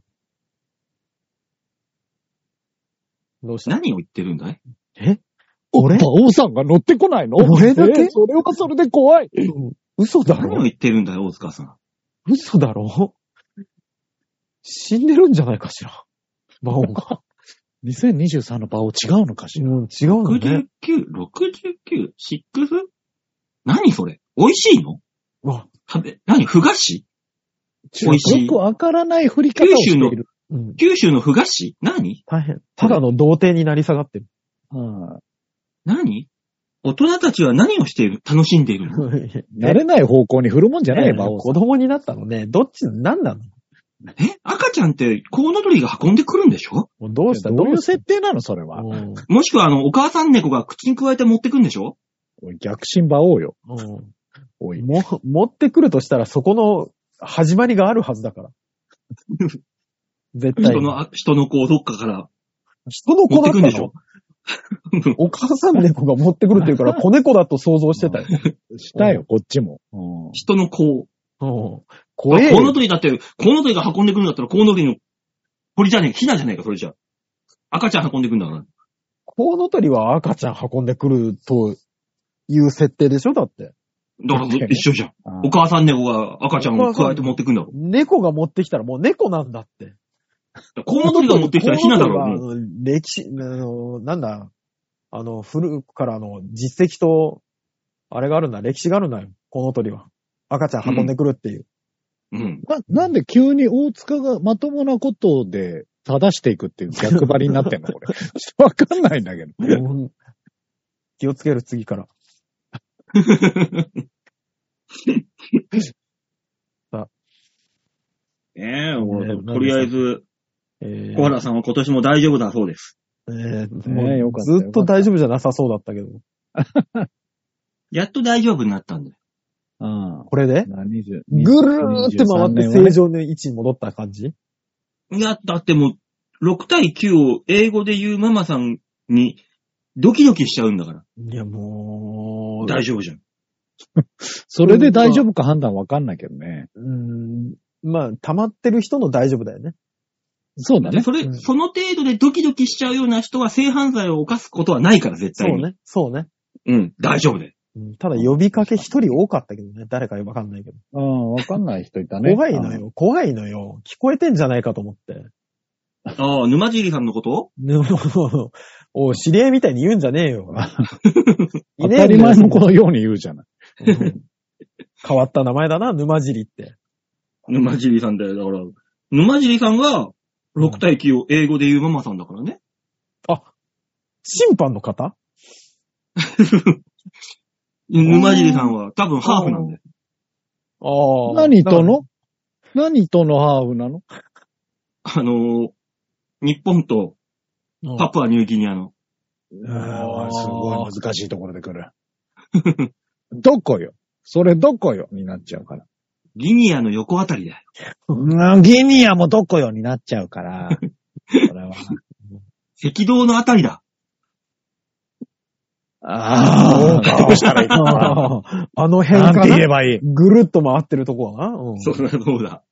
どうした何を言ってるんだい？ え俺馬王さんが乗ってこないの俺だけえーそれはそれで怖い。 うん嘘だ何をろ言ってるんだよ、大塚さん。 嘘だろ死んでるんじゃないかしら。魔王が。 にせんにじゅうさんの馬王違うのかしら。 うん、違うのね。 ろくじゅうきゅう、ろくじゅうきゅう、ろく? 何それ？美味しいの？ うわ、 食べ、何？ふ菓子？美味しいよくわからない振り方をしている。 うん、 九州のふ菓子？何？ 大変。ただの童貞になり下がってる。 うん何？大人たちは何をしている？楽しんでいるの？ 慣れない方向に振るもんじゃないよ、馬王さ子供になったのね。どっち、なんなのえ？赤ちゃんってコウノトリが運んでくるんでしょ？ もうどうしたん。どういうした設定なの、それは。 うんもしくはあの、お母さん猫が口に加えて持ってくんでしょ？ おい逆進馬王よ。 うんおい。 も、持ってくるとしたらそこの始まりがあるはずだから。絶対に。 人の、あ人の子をどっかから人の持ってくんでしょ？ 子だったのお母さん猫が持ってくるっていうから子猫だと想像してたよ。 したよ、こっちも。うん人の子を。 うん。 あコウノ怖えよ。 トリだって、コウノトリが運んでくるんだったらコウノトリの鳥じゃねえか、ヒナじゃねえか、それじゃ。赤ちゃん運んでくるんだから。 コウノトリは赤ちゃん運んでくるという設定でしょだって。 だから一緒じゃん。 うんお母さん猫が赤ちゃんを加えて持ってくんだろ。 猫が持ってきたらもう猫なんだって。 コウノトリが持ってきたらヒナだろ。もうコウノトリはあの歴史、あの、なんだ、あの、古くからの実績と、あれがあるんだ、歴史があるんだよ。コウノトリは。赤ちゃん運んでくるっていう。 うん。 な、なんで急に大塚がまともなことで正していくっていう逆張りになってんのこれ。ちょっとわかんないんだけど。 うん気をつける、次から。 ねえ、もうねえとりあえず、 えー小原さんは今年も大丈夫だそうです。 えーねえよもうかったずっと大丈夫じゃなさそうだったけど。 やっと大丈夫になったんだよ。 うん。 これでにじゅうぐるーって回って正常の位置に戻った感じいや、だってもう、 ろく対きゅうを英語で言うママさんにドキドキしちゃうんだから。 いや、もう。 大丈夫じゃん。 それで大丈夫か判断わかんないけどね。 うーん。まあ、溜まってる人の大丈夫だよね。 そうだね。 それ、 うんその程度でドキドキしちゃうような人は性犯罪を犯すことはないから、絶対に。 そうね。そうね。 うん、大丈夫で。 うんただ呼びかけ一人多かったけどね。誰かわかんないけど。 うん、わかんない人いたね。 怖いのよ。怖いのよ。聞こえてんじゃないかと思って。 ああ、沼尻さんのこと？ ねお知り合いみたいに言うんじゃねえよ。 当たり前のこのように言うじゃない。 うん変わった名前だな、沼尻って。 沼尻さんだよ。だから、沼尻さんがろく対きゅうを英語で言うママさんだからね。 あ、審判の方沼尻さんは多分ハーフなんだよ。 ああ。 何との何とのハーフなの？ あのー、日本とパプアニューギニアの。 ああ、すごい難しいところで来る。どこよそれどこよになっちゃうから。 ギニアの横あたりだよ。 うん、ギニアもどこよになっちゃうから。それは。 赤道のあたりだ。 ああ、どうしたらいいかな。あの辺かな。 なんて言えばいい。 ぐるっと回ってるとこはな。うん、 そうだ、そうだ。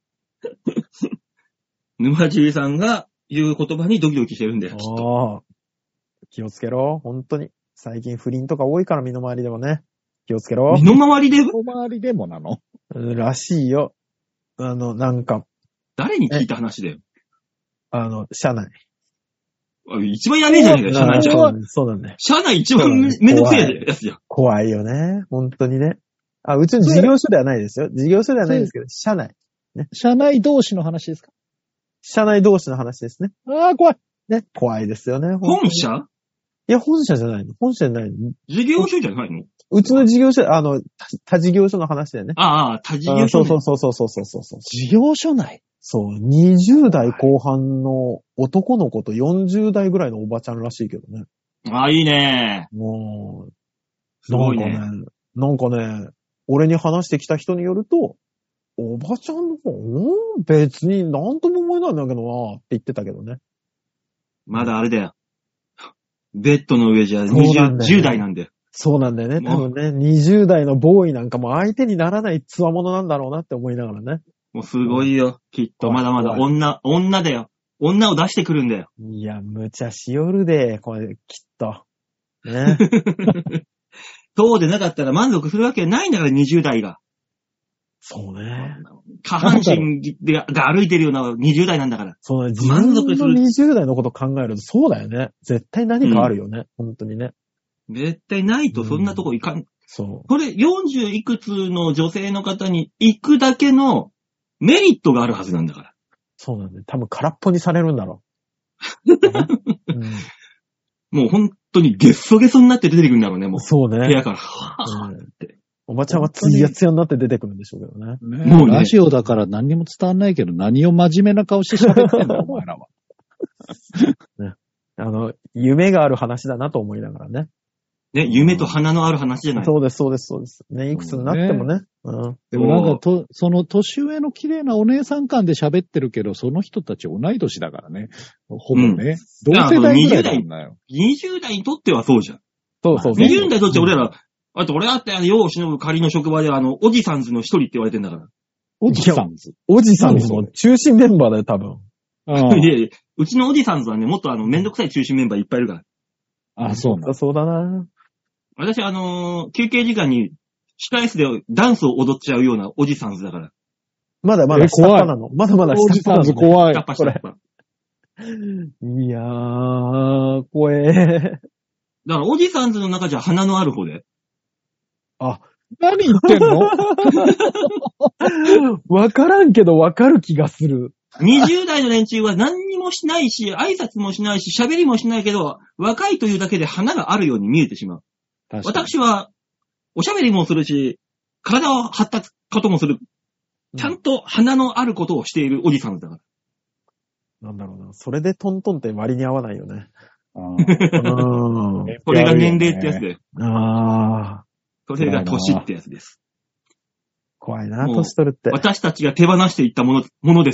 沼尻さんが言う言葉にドキドキしてるんだよ、きっと。 気をつけろ、本当に。最近不倫とか多いから身の回りでもね。気をつけろ。 身の回りで身の回りでもなの？ らしいよ。あの、なんか。 誰に聞いた話だよ。 あの、社内。 一番やべえじゃねえかよ、社内じゃん。 そうなんだね。 社内一番めんどくせえやつじゃん。 怖いよね。本当にね。あ、うちの事業所ではないですよ。事業所ではないんですけど、社内。 ね。社内同士の話ですか？ 社内同士の話ですね。 ああ、怖い。 ね。怖いですよね。 本社？ いや、本社じゃないの。本社じゃないの。 事業所じゃないの？ うちの事業所、あの、他事業所の話だよね。 ああ、他事業所。 そうそうそうそうそうそうそう。 事業所内？ そう。にじゅう代後半の男の子とよんじゅう代ぐらいのおばちゃんらしいけどね。 ああ、いいね。 もう、 すごいね。 なんかね、なんかね、俺に話してきた人によると、おばちゃんの子、うん、別になんとも思えないんだけどなって言ってたけどね。 まだあれだよ。ベッドの上じゃにじゅう、ね、じゅう代なんだよ。 そうなんだよね。多分ね、にじゅう代のボーイなんかも相手にならないつわものなんだろうなって思いながらね。 もうすごいよ。きっとまだまだ女、女だよ。女を出してくるんだよ。 いや、無茶しよるで、これ、きっと。ね。 そうでなかったら満足するわけないんだから、にじゅう代が。 そうね。 下半身でが歩いてるようなにじゅう代なんだから。 そうね。自分のにじゅう代のこと考えると、そうだよね。絶対何かあるよね。うん、本当にね。 絶対ないとそんなとこ行かん。うん、 そう。 これよんじゅういくつの女性の方に行くだけのメリットがあるはずなんだから。そうなんだよ。多分空っぽにされるんだろう。 うん、もう本当にゲッソゲソになって出てくるんだろうね、もう。 そうね。 部屋から。はぁーって。おばちゃんはツヤツヤになって出てくるんでしょうけどね。 ねもうねラジオだから何にも伝わんないけど、何を真面目な顔して喋ってんだ、お前らは。 ね。あの、夢がある話だなと思いながらね。 ね、夢と花のある話じゃない。 そうです、そうです、そうです。ね、いくつになってもね。うん。 でもなんかと、その年上の綺麗なお姉さん間で喋ってるけど、その人たち同い年だからね。ほぼね。うん、同世代ぐらいだもんなよ。 にじゅう代にとってはそうじゃん。 そうそうそう。 にじゅう代にとって俺ら、あと俺だってあの、世を忍ぶ仮の職場であの、おじさんズの一人って言われてんだから。 おじさんズおじさんズの中心メンバーだよ、多分。 あいやいや、うちのおじさんズはね、もっとあの、めんどくさい中心メンバーいっぱいいるから。 あ、そうなんだ。 そうだな。 私あのー、休憩時間に控室でダンスを踊っちゃうようなおじさんズだから。 まだまだ下っ端なの。まだまだ下っ端なの。おじさんズ怖い。 下っ端下っ端。 いやー、怖え。 だからおじさんズの中じゃ花のある方で。 あ、何言ってんのわからんけどわかる気がする。 にじゅう代の連中は何にもしないし、挨拶もしないし、喋りもしないけど、若いというだけで花があるように見えてしまう。私は、おしゃべりもするし、体を張ったこともする。ちゃんと花のあることをしているおじさんだから。 なんだろうな。それでトントンって割に合わないよね。 あこれが年齢ってやつで。 ああ。 それが年ってやつです。 怖いな、年取るって。 私たちが手放していったもの、ものですよ。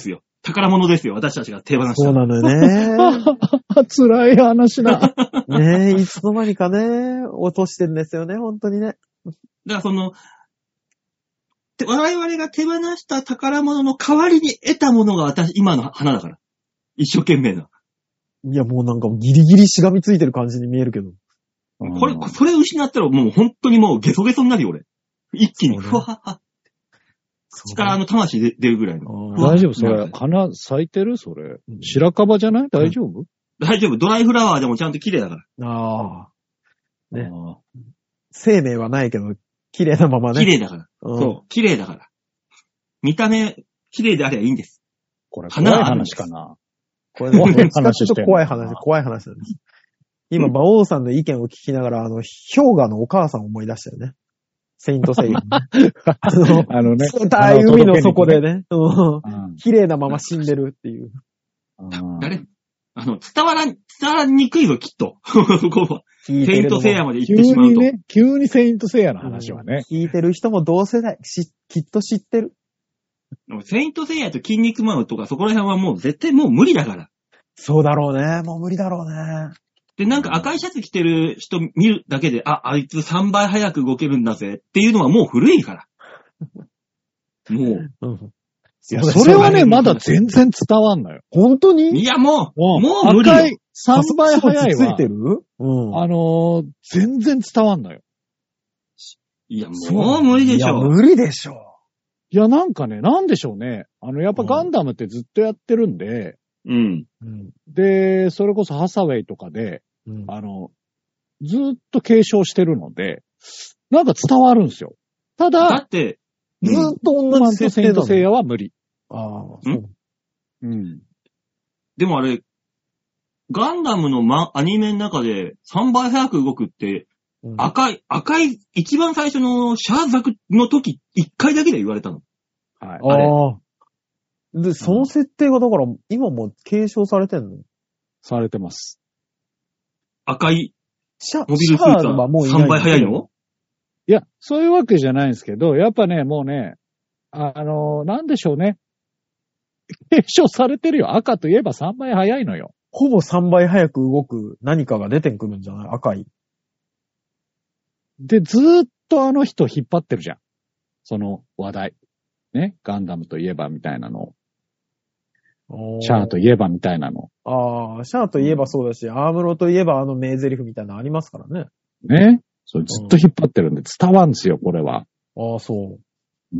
宝物ですよ、私たちが手放した。 そうなのよね。 辛い話だ。 ねえ、いつの間にかね、落としてるんですよね、本当にね。 だからその、我々が手放した宝物の代わりに得たものが私、今の花だから。一生懸命な。 いや、もうなんかギリギリしがみついてる感じに見えるけど。 これ、それ失ったらもう本当にもうゲソゲソになるよ、俺。一気に、ふわはは。口からあの魂で出るぐらいの。 大丈夫それ。花咲いてるそれ。白樺じゃない大丈夫、うん、 大丈夫。ドライフラワーでもちゃんと綺麗だから。 ああ。ね。生命はないけど、綺麗なままね。 綺麗だから。うん、そう。綺麗だから。見た目、綺麗であればいいんです。 これ、怖い話かな。 これ、ね、話して怖い話、怖い話なんです。今、馬王さんの意見を聞きながら、あの、氷河のお母さんを思い出したよね。セイントセイヤ、ね。あの、あのね。冷たい海の底でね。うん。綺麗なまま死んでるっていう。 誰あの、伝わらん、伝わらにくいぞ、きっと。セイントセイヤまで行ってしまうと。 急にね、急にセイントセイヤの話はね。 聞いてる人も同世代、し、きっと知ってる。 セイントセイヤと筋肉マンとかそこら辺はもう絶対もう無理だから。 そうだろうね。もう無理だろうね。 で、なんか赤いシャツ着てる人見るだけで、あ、あいつさんばい早く動けるんだぜっていうのはもう古いから。もう。うん、 いや、それはね、まだ全然伝わんのよ。 本当に？ いや、もう、もう無理よ。赤いさんばい早いは。 ついてる？うん。 あのー、全然伝わんのよ。 いや、もう無理でしょ。 いや、無理でしょ。 いや、なんかね、なんでしょうね。あの、やっぱガンダムってずっとやってるんで、 うん。 で、それこそハサウェイとかで、うん、あの、ずっと継承してるので、なんか伝わるんですよ。ただ、 だって、 ずっと同じ設定セイントセイヤは無理。 ああ、そう。 うん。 でもあれ、ガンダムの、ま、アニメの中でさんばい早く動くって、うん、赤い、赤い、一番最初のシャーザクの時、一回だけで言われたの。 はい。 あれ。ああ。で、その設定がだから、今も継承されてんの？ されてます。 赤い、 シャ、 モビルスーツはさんばい早いの？ いや、そういうわけじゃないんですけど、やっぱね、もうね、あ、あの、なんでしょうね。継承されてるよ。赤といえばさんばい早いのよ。 ほぼさんばい早く動く何かが出てくるんじゃない？赤い。 で、ずーっとあの人引っ張ってるじゃん。その話題。ね。ガンダムといえばみたいなの。シャアといえばみたいなの。 ああ、シャアといえばそうだし、アームロといえばあの名台詞みたいなのありますからね。 ね。そう、ずっと引っ張ってるんで伝わんですよ、これは。 ああ、そう。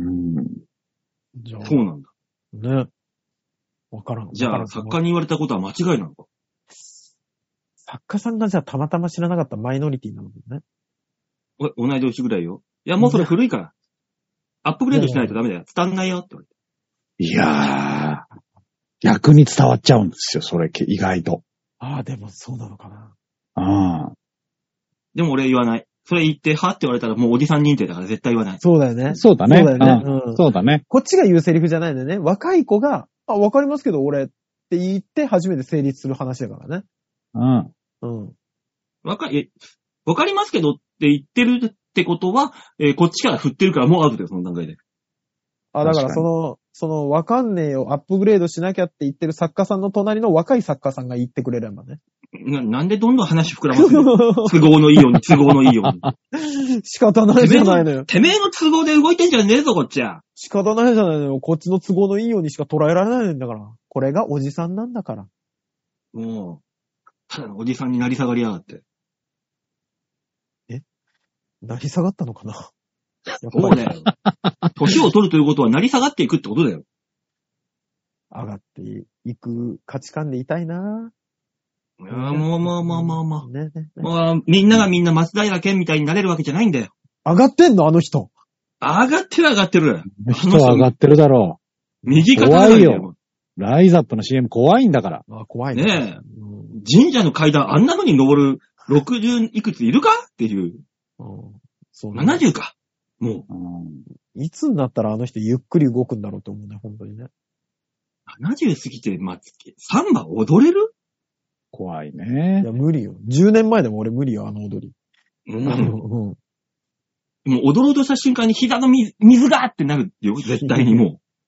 うん。 じゃあ。そうなんだ。 ね。わからん。 じゃあ、作家に言われたことは間違いなのか。 作家さんがじゃあたまたま知らなかったマイノリティなのね。 お、同い年ぐらいよ。いや、もうそれ古いから。アップグレードしないとダメだよ。伝わんないよって言われて。 いやー。逆に伝わっちゃうんですよ、それ、意外と。 ああ、でもそうなのかな。 ああ。 でも俺言わない。それ言って、はって言われたらもうおじさん認定だから絶対言わない。 そうだよね。 そうだね。 そうだよね。 うん、そうだね。 こっちが言うセリフじゃないんだよね。若い子が、あ、わかりますけど俺って言って初めて成立する話だからね。 うん。 うん。 わか、え、わかりますけどって言ってるってことは、えー、こっちから振ってるからもうアウトだよ、その段階で。 あ、だからその、その、わかんねえよ、アップグレードしなきゃって言ってる作家さんの隣の若い作家さんが言ってくれればね。 な、なんでどんどん話膨らますの都合のいいように、都合のいいように。仕方ないじゃないのよ。 てめえの都合で動いてんじゃねえぞ、こっちは。 仕方ないじゃないのよ。こっちの都合のいいようにしか捉えられないんだから。これがおじさんなんだから。 もう、ただのおじさんになり下がりやがって。 え？なり下がったのかな？ そうだよ。年を取るということは成り下がっていくってことだよ。 上がっていく価値観でいたいな。 いやもうまあまあまあまあ。 ねねねまあ、みんながみんな松平健みたいになれるわけじゃないんだよ。 上がってんのあの人。 上がってる上がってる。 あの人は上がってるだろう。右肩怖いよ。ライザップの シーエム 怖いんだから。 あ、怖いね。 ねえ。神社の階段あんな風に登るろくじゅういくついるかっていう。 うん、そうね、 ななじゅうか。もう、 うん。いつになったらあの人ゆっくり動くんだろうと思うね、本当にね。 ななじゅう過ぎて、まあ、サンバ踊れる？ 怖いね。 いや、無理よ。じゅうねんまえでも俺無理よ、あの踊り。 うん。もう踊ろうとした瞬間に膝の水、水がってなるよ、絶対にもう。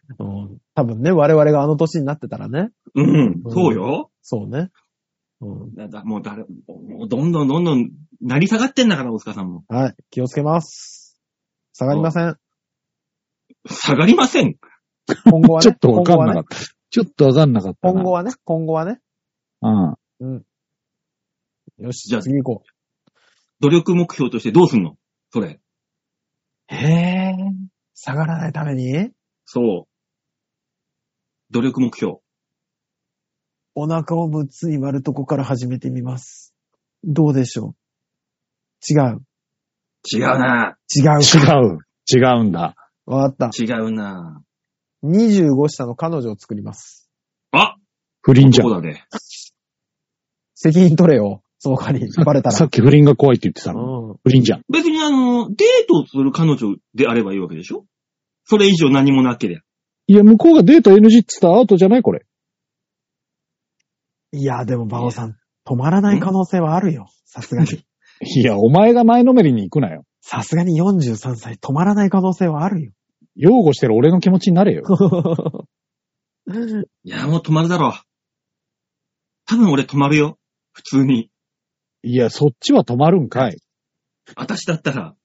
うん、多分ね、我々があの年になってたらね。 うん、 うん、 そうよ。 そうね。うん、 だだもう誰、もうどんどんどんどん、成り下がってんだから、大塚さんも。 はい、気をつけます。下がりません。 下がりません。 今後はね。 ちょっとわかんなかった。ね、ちょっとわかんなかったな。 今後はね、今後はね。 うん。 うん。よし、じゃあ次行こう。 努力目標としてどうすんのそれ。 へぇー。下がらないためにそう。努力目標。 お腹をむっつに割るとこから始めてみます。どうでしょう違う。 違うな。 違う。 違う。違うんだ。 わかった。 違うな。 にじゅうご下の彼女を作ります。 あ不倫じゃん。 そうだね。 責任取れよ。その代わり、バレたら。 さっき不倫が怖いって言ってたの。うん、不倫じゃん。 別にあの、デートをする彼女であればいいわけでしょそれ以上何もなければ。 いや、向こうがデート エヌジー って言ったらアウトじゃないこれ。 いや、でも、バオさん、止まらない可能性はあるよ。さすがに。 いや、お前が前のめりに行くなよ。 さすがによんじゅうさんさい止まらない可能性はあるよ。 擁護してる俺の気持ちになれよ。 いや、もう止まるだろう。多分俺止まるよ。普通に。 いや、そっちは止まるんかい。 私だったら。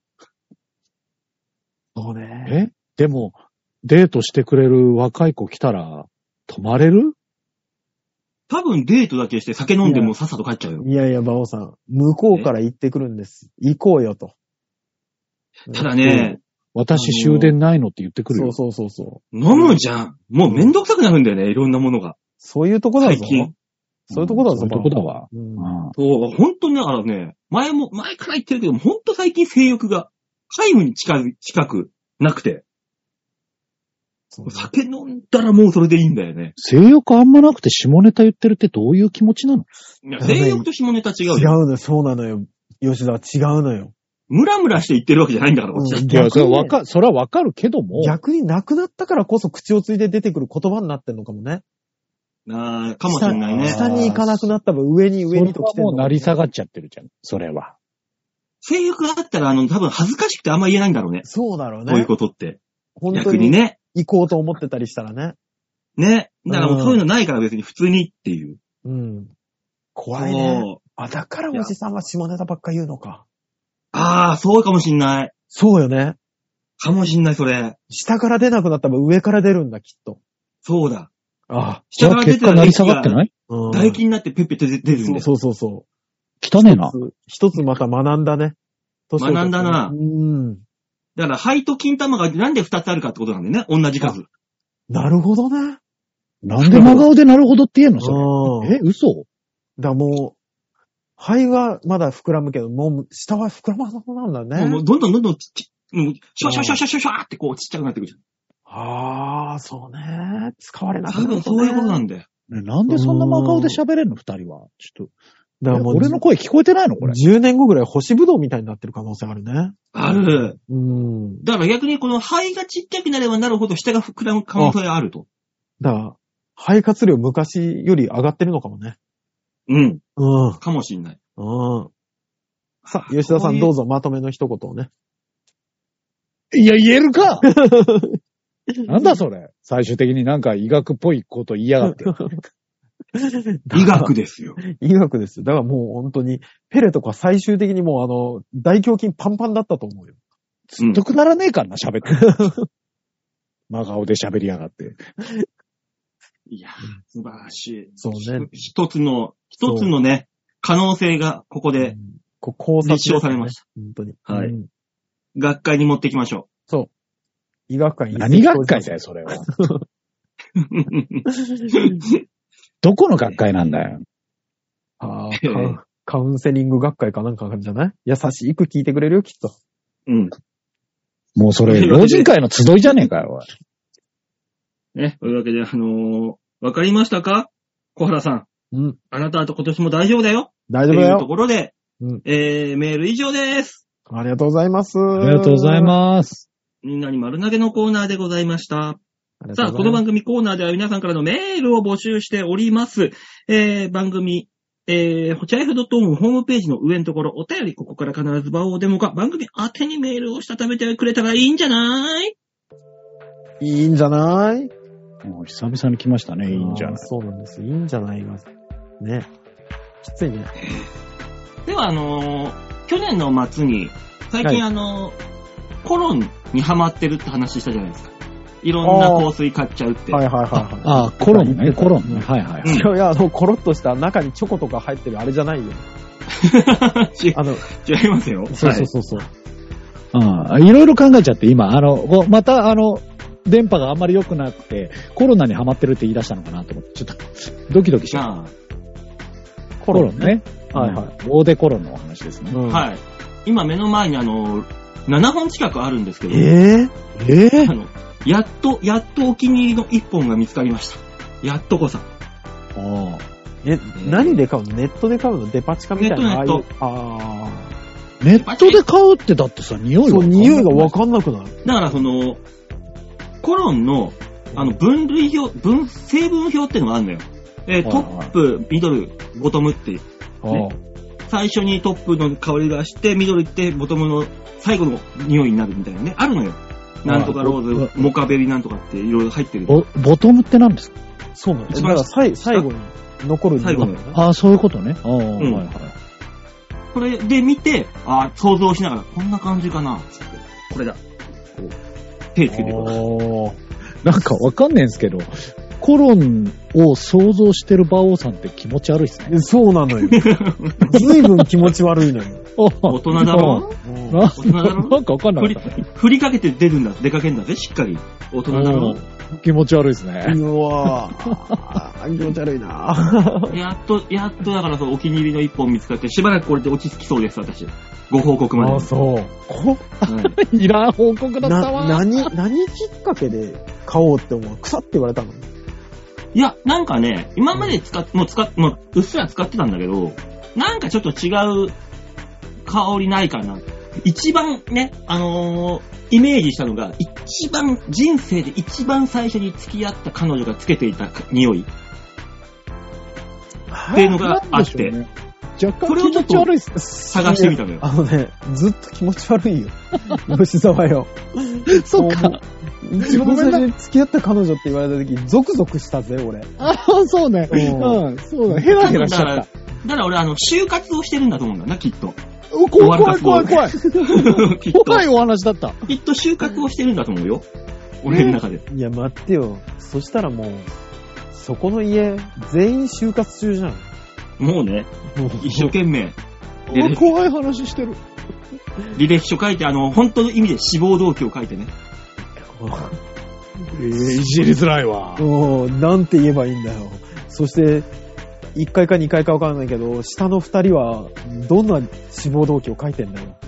そうね。 えでも、デートしてくれる若い子来たら、止まれる？ 多分デートだけして酒飲んでもさっさと帰っちゃうよ。 いやいや、バオさん。向こうから言ってくるんです。行こうよと。 ただね、 私終電ないのって言ってくるよ。 そうそうそうそう。 飲むじゃん。もうめんどくさくなるんだよね、いろんなものが。 そういうとこだぞ。 最近。 そういうとこだぞ、 そういうとこだわ。 うん、 そう、本当に、あのね、前も、前から言ってるけど、本当最近性欲が、皆無に近い、近くなくて。酒飲んだらもうそれでいいんだよね。 性欲あんまなくて下ネタ言ってるってどういう気持ちなの？ いや、性欲と下ネタ違うよ。 違うのよ、そうなのよ。吉田は違うのよ。 ムラムラして言ってるわけじゃないんだから、こっちは。 いや、それはわか、それはわかるけども。 逆になくなったからこそ口をついて出てくる言葉になってんのかもね。 ああ、かもしれないね。 下に行かなくなった分上に上にと来てるの。 もう成り下がっちゃってるじゃん、それは。 性欲があったら、あの、多分恥ずかしくてあんま言えないんだろうね。 そうだろうね。 こういうことって。 本当に逆にね。 行こうと思ってたりしたらね。 ね。だからもうそういうのないから別に普通にっていう。 うん。怖いね。あ、だからおじさんは下ネタばっか言うのか。 ああ、そうかもしんない。 そうよね。 かもしんない、それ。 下から出なくなった分上から出るんだ、きっと。 そうだ。 ああ。 下から出てたら液が唾液になってペッペッと出るんだよ。 そうそうそう。 汚ねえな。 一つまた学んだね。 学んだな。 うん。 だから、肺と金玉がなんで二つあるかってことなんだよね。同じ数。 なるほどね。 なんで真顔でなるほどって言えんのそれ。え、嘘？ だからもう、肺はまだ膨らむけど、もう下は膨らまなくなるんだね。 もうどんどんどんどんちっちゃ、もうシャシャシャシャシャシャってこうちっちゃくなってくるじゃん。 ああ、そうね。使われなくなる、ね。 多分そういうことなんだよ。 なんでそんな真顔で喋れんの二人は。ちょっと。 だからもう俺の声聞こえてないのこれ。 じゅうねんごぐらい干しぶどうみたいになってる可能性あるね。 ある。 うん。 だから逆にこの肺がちっちゃくなればなるほど下が膨らむ可能性があると。 だから、肺活量昔より上がってるのかもね。 うん。 うん。 かもしんない。 うん。さあ、吉田さんどうぞまとめの一言をね。 いや、言えるかなんだそれ。最終的になんか医学っぽいこと言いやがって。 医学ですよ。 医学ですよ。だからもう本当に、ペレとか最終的にもうあの、大胸筋パンパンだったと思うよ。 ずっとくならねえからな、喋って。真顔で喋りやがって。 いや、素晴らしい。 そうね。 一つの、一つのね、可能性がここで、 こ考察、 ね、立証されました。 本当に。 はい、うん。学会に持ってきましょう。 そう。医学会に。 何学会だよ、それは。どこの学会なんだよ。 ああ、カウンセリング学会かなんかじゃない？優しく聞いてくれるよ、きっと。 うん。 もうそれ、老人会の集いじゃねえかよ、おい。 ね、というわけで、あのー、わかりましたか？小原さん。 うん。 あなたと今年も大丈夫だよ。 大丈夫だよ。 というところで、 うん、 えー、メール以上です。 ありがとうございます。 ありがとうございます。 みんなに丸投げのコーナーでございました。さあ、この番組コーナーでは皆さんからのメールを募集しております。えー、番組、えー、ホチャイフ .com ホームページの上のところ、お便り、ここから必ず場をデモか、番組宛てにメールをしたためてくれたらいいんじゃない？ いいんじゃないもう久々に来ましたね、いいんじゃない。 そうなんです。いいんじゃないが。ね。きついね。 では、あのー、去年の末に、最近、はい、あのー、コロンにハマってるって話したじゃないですか。いろんな香水買っちゃうって。 はいはいはい、はい。 ああ、コロンね、コロンね。はいはい、はい。 いやいや、あの、コロッとした中にチョコとか入ってるあれじゃないよ。 あの違いますよ。 そうそうそうそう。 はい、うん。いろいろ考えちゃって、今、あの、また、あの、電波があんまり良くなくて、コロナにハマってるって言い出したのかなと思って、ちょっと、ドキドキしちゃう。コロンね。はいはい。ローデコロンのお話ですね。 うん、はい。今目の前にあの、ななほん近くあるんですけど。 えぇ、ー、えぇ、ー、 あの、やっと、やっとお気に入りのいっぽんが見つかりました。やっとこさ。 ああ。え、何で買うの？ネットで買うの？デパ地下みたいな。 ネットネット。 ああ。 ネットで買うってだってさ、匂いが。 そう、匂いがわかんなくなる。 だからその、コロンの、あの、分類表、分、成分表っていうのがあるのよ。えー、トップ、ミドル、ボトムっていう。ね、最初にトップの香りがして、ミドルってボトムの最後の匂いになるみたいなね。あるのよ。なんとかローズ、モカベリなんとかっていろいろ入ってる。 ボ、ボトムって何ですか？ そうなんです。だから最最後に残る最後の。 ああ、そういうことね。ああ、うん、はいはい。 これで見て、ああ、想像しながら、こんな感じかな、つって。これだ。こう、手つけてる。 なんかわかんねえんすけど、コロンを想像してる馬王さんって気持ち悪いっすね。 そうなのよ。ずいぶん気持ち悪いのよ。 大人だろ？ 大人だろ？なんかわかんない。 振りかけて出るんだ、出かけんだぜ、しっかり。大人だろ？ 気持ち悪いですね。 うわぁ。気持ち悪いなやっと、やっとだからそう、お気に入りの一本見つかって、しばらくこれで落ち着きそうです、私。ご報告まで。 あ、そう。こうん、いらん報告だったわ。 な、何、何きっかけで買おうって思う？腐って言われたの？ いや、なんかね、今まで使っ、もう使っ、もううっすら使ってたんだけど、なんかちょっと違う香りないかな。一番ね、あのー、イメージしたのが、一番、人生で一番最初に付き合った彼女がつけていた匂いっていうのがあって、 ね、若干気持ち悪いっす。 探してみたのよ。 あのね、ずっと気持ち悪いよ。吉沢よ。 そっか。 一番最初に付き合った彼女って言われた時、ゾクゾクしたぜ、俺。 ああ、そうね。うん、そうだ。ヘラヘラしちゃった。だから俺、あの、就活をしてるんだと思うんだな、きっと。 怖い怖い怖い怖い。怖いお話だった。 きっと就活をしてるんだと思うよ。俺の中で。 いや、待ってよ。そしたらもう、そこの家、全員就活中じゃん。 もうね、一生懸命。 怖い話してる。 履歴書書いて、あの、本当の意味で志望動機を書いてね。 えー、いじりづらいわ。 おー、なんて言えばいいんだよ。そして、いっかいかにかいかわかんないけど、下のふたりは、どんな志望動機を書いてんだよ。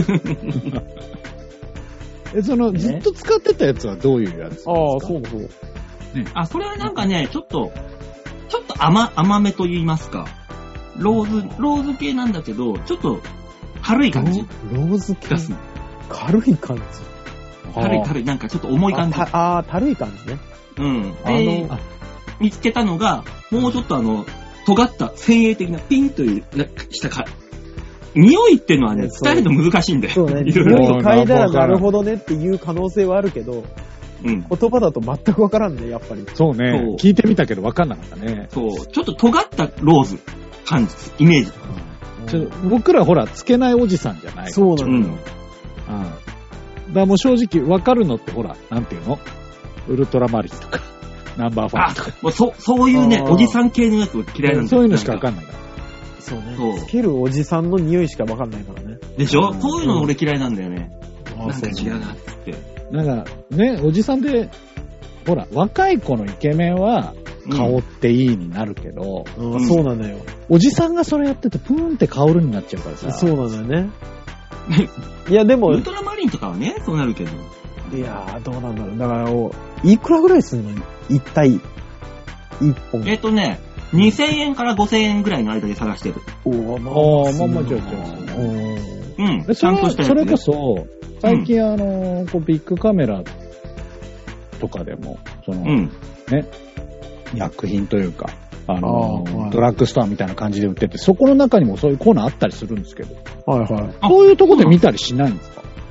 え、その、ずっと使ってたやつはどういうやつですか？ああ、そうそう。 ね、あ、それはなんかね、ちょっと、ちょっと甘、甘めと言いますか。ローズ、ローズ系なんだけど、ちょっと、軽い感じ。 ローズ系軽い感じ。 軽い軽い、なんかちょっと重い感じ。 ああ、軽い感じね。 うん。あの、見つけたのが、もうちょっとあの、尖った先鋭的なピンというしたか、匂いっていうのはね、伝えるの難しいんだよ。 そうね。匂い嗅いだらなるほどねっていう可能性はあるけど、うん、言葉だと全くわからんね、やっぱり。 そうね。そう聞いてみたけどわかんなかったね。 そう。ちょっと尖ったローズ感じ、イメージ。 うん、ちょ僕らほら、つけないおじさんじゃない。 そうなのよ。うん。 だからもう正直わかるのってほら、なんていうの？ウルトラマリンとか、ナンバーファイブとか。 もうそ、そういうね、おじさん系のやつ嫌いなんだよ。 そういうのしかわかんないから。 そうね。そうつけるおじさんの匂いしかわかんないからね。 でしょ？そういうの俺嫌いなんだよね。うん、なんか違うなって。 なんか、ね、おじさんで、ほら、若い子のイケメンは、香っていいになるけど、 うんうん、そうなのよ。 おじさんがそれやってて、プーンって香るになっちゃうからさ。 そうなのよね。いや、でも。 ウルトラマリンとかはね、そうなるけど。 いやー、どうなんだろう。だから、いくらぐらいするの？一体、一本。 えっとね、にせんえんからごせんえんぐらいの間で探してる。 おー、まあ、まあまあ、じゃあ、じゃあ。 うん。 ちゃんとしたやつ、ね。それこそ、最近、あの、こうビッグカメラとかでも、その、うん、ね、薬品というか、あの、あはい、ドラッグストアみたいな感じで売ってて、そこの中にもそういうコーナーあったりするんですけど、 はいはい。 そういうとこで見たりしないんですか？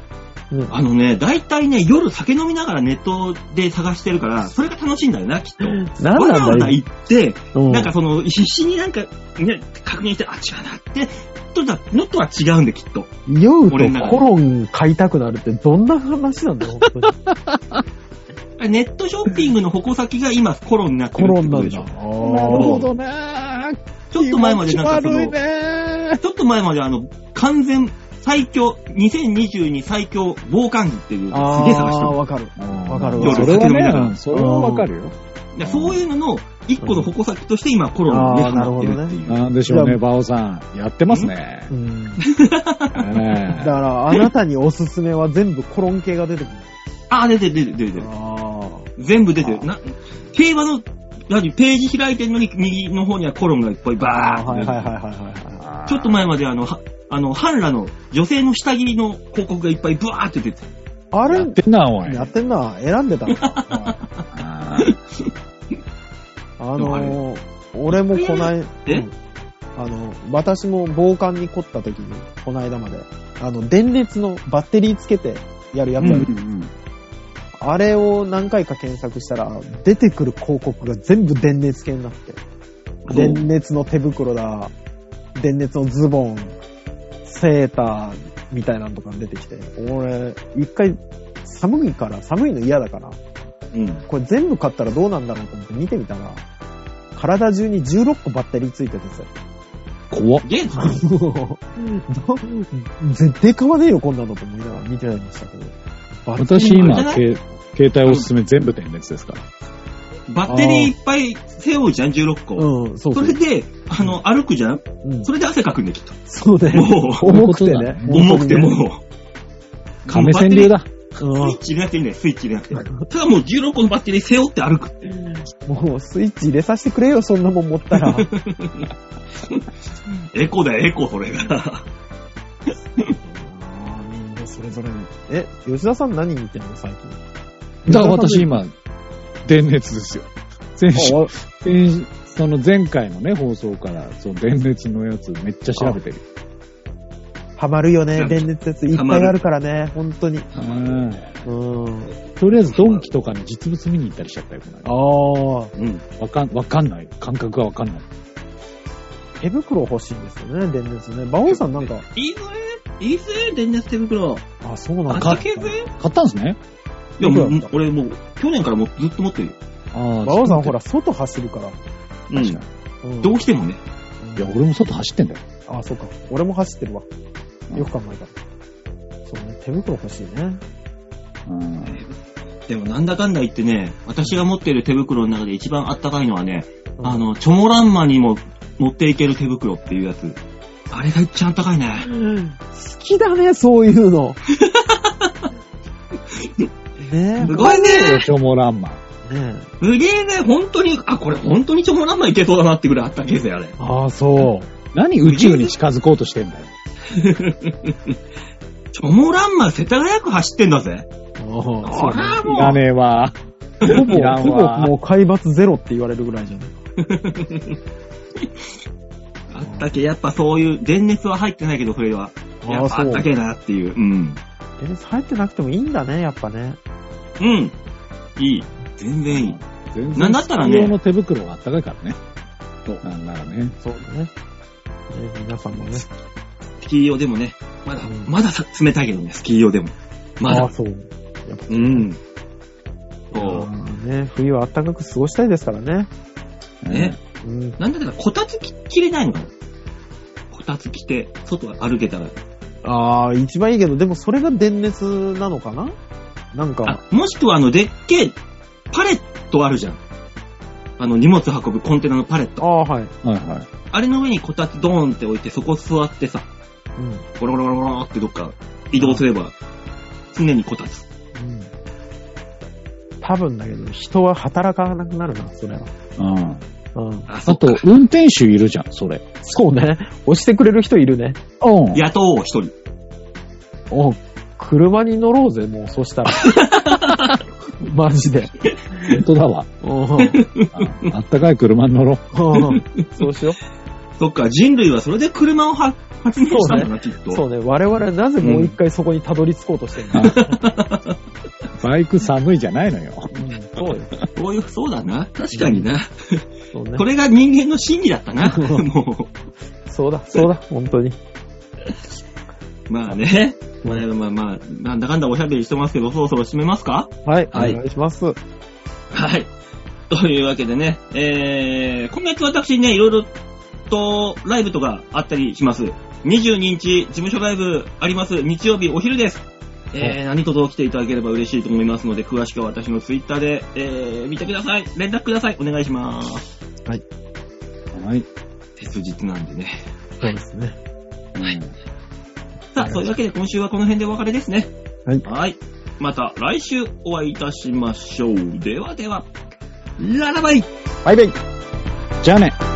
うんあのね、大体ね、夜酒飲みながらネットで探してるから、それが楽しいんだよな、きっと。 なんわざわなんだよ。 ざ行って、 うんなんかその、必死になんか、ね、確認して、あ、違うなって、とだのとは違うんで、きっと。 酔うとコロン買いたくなるってどんな話なんだよ、本当に。 ネットショッピングの矛先が今コロンになってコるっロンなんだ。 てことでしょ。 なるほどね。 ちょっと前までなんかその、 気持ち悪いね。 ちょっと前まであの、完全最強、にせんにじゅうに最強防寒着っていうのをすげえ探したあー、 の。 わかる。わかる夜それ酒飲みながらはね、それはわかるよ。 でそういうのの一個の矛先として今コロンにあーハマってるっていう。 なんでしょうね、バオさん。やってますね。 うん。だええから、あなたにおすすめは全部コロン系が出てくる。 あー、出てる出てる出てる。 あ全部出てる。な、競馬の、何、ページ開いてるのに右の方にはコロンがいっぱいバーって出てる。 はいはいはいはいはちょっと前まであの、はあの、ハンラの女性の下着の広告がいっぱいブワーって出てる。 い。あれやってんな、おい。 やってんな。選んでたの。 ああのー、俺もこない、 えうんあの、私も防寒に凝った時に、この間まで、あの、電熱のバッテリーつけてやるやつある。 うんあれを何回か検索したら、出てくる広告が全部電熱系になって。電熱の手袋だ、電熱のズボン、セーターみたいなのとか出てきて、俺、一回、寒いから、寒いの嫌だから、 うん。 これ全部買ったらどうなんだろうと思って見てみたら、体中にじゅうろっこバッテリーついててさ、 怖っ。 ゲームもう絶対買わねえよ、こんなのと思いながら見てましたけど。バッテリー私今、 あれじゃないけ携帯おすすめ全部電熱ですから。 バッテリーいっぱい背負うじゃん、じゅうろっこ。 うん、そうそ。 そうれで、あの、歩くじゃんうん、 それで汗かくんで、きっと。 そうね。 もう、 重くてね。 重くてもう。 亀川流だ。 スイッチ入れなくていいんだよ、スイッチ入れなくて。ただもうじゅうろっこのバッテリー背負って歩く。 うん。もうスイッチ入れさせてくれよ、そんなもん持ったら。 エコだよ、エコ、それが。 みんなそれぞれ。え、吉田さん何見てんの最近。 だから私今、電熱ですよ。先週、 あ先その前回のね、放送から、その電熱のやつめっちゃ調べてる。 ハマるよね、 うん電熱鉄いっぱいあるからね、本当に。 うんうん。 とりあえずドンキとかに実物見に行ったりしちゃったよ、この間。 ああ。 うん。 わかん、わかんない。感覚がわかんない。 手袋欲しいんですよね、電熱ね。馬王さんなんか、 いいぜ、いいぜ、電熱手袋。 あ、そうなんあだ。 ったけぜ。 買ったんですね。 いや、もういくらだっ、た俺もう、去年からもうずっと持ってるよ。 ああ。 馬王さんほら、外走るから。 うん。 確かうんどうしてもね。 に。いや、俺も外走ってんだよ。 あ、そうか。俺も走ってるわ。よく考えたら。そうね、手袋欲しいね。 うん。 でもなんだかんだ言ってね、私が持ってる手袋の中で一番あったかいのはね、 うんあの、チョモランマにも持っていける手袋っていうやつ。あれが一番あったかいね。 好きだね、そういうの。ねえ。 すごいね。 チョモランマン。 ねえ。 すげえね、本当に、あ、これ本当にチョモランマいけそうだなってぐらいあったけぜ、あれ。 ああ、そう。 何宇宙に近づこうとしてんだよ。 チョモランマ世田谷区走ってんだぜ。 あこあ、 れはもういらねえわ。 ほぼ、 いらんほぼわもう海抜ゼロって言われるぐらいじゃない。 あったけ、やっぱそういう、電熱は入ってないけど、それは。やああ、そう。 っぱあったけなっていう。うん。 電熱入ってなくてもいいんだね、やっぱね。 うん。いい。全然いい。 全然なんだったらねスキー用の手袋があったかいからね。 そうなんならね。 そうだね。ね皆さんもね。 スキー用でもね、まだ、 うんまださ冷たいけどね、スキー用でも。まだああ、。そう。 うん。そああね、冬は暖かく過ごしたいですからね。 う。ね。 うん。 なんだったら、こたつき着れないのかな。こたつ着て、外歩けたら。 ああ、一番いいけど、でもそれが電熱なのかななんか、 あ、もしくはあの、でっけえ、パレットあるじゃん。あの、荷物運ぶコンテナのパレット。 ああ、はい。 はいはい。 あれの上にこたつドーンって置いて、そこ座ってさ、 うん。 ゴロゴロゴロゴロってどっか移動すれば、常にこたつ。 うん。多分だけど、人は働かなくなるな、それは。 うん。 うん。 あ、そあとっか。、 運転手いるじゃん、それ。 そうね。押してくれる人いるね。 うん。 雇おう、一人。 お、車に乗ろうぜ、もう、そしたら。マジで。 本当だわ。 うん。 ああったかい車に乗ろう。 うんそうしよそっか、人類はそれで車をは発明したんだな、きっと。 そうね。我々はなぜもう一回そこにたどり着こうとしてるんだ。 バイク寒いじゃないのよ。 うん、そうよ。 そういう、そうだな。確かにな。 そうね。 これが人間の心理だったな。もう。そうだ、そうだ、本当に。 まあね。まあまあまあ、なんだかんだおしゃべりしてますけど、そろそろ締めますか？ はい、 はい、 お願いします。はい。 というわけでね、えー、今月私ね、いろいろとライブとかあったりします。にじゅうににち、事務所ライブあります。日曜日お昼です。えー、何卒来ていただければ嬉しいと思いますので、詳しくは私のツイッターで、えー、見てください。連絡ください。お願いします。 はい。 はい。 切実なんでね。 そうですね。 うん。さあ、そういうわけで今週はこの辺でお別れですね。 はい。 はい。また来週お会いいたしましょう。ではでは、ララバイ。 バイバイ。 じゃあね。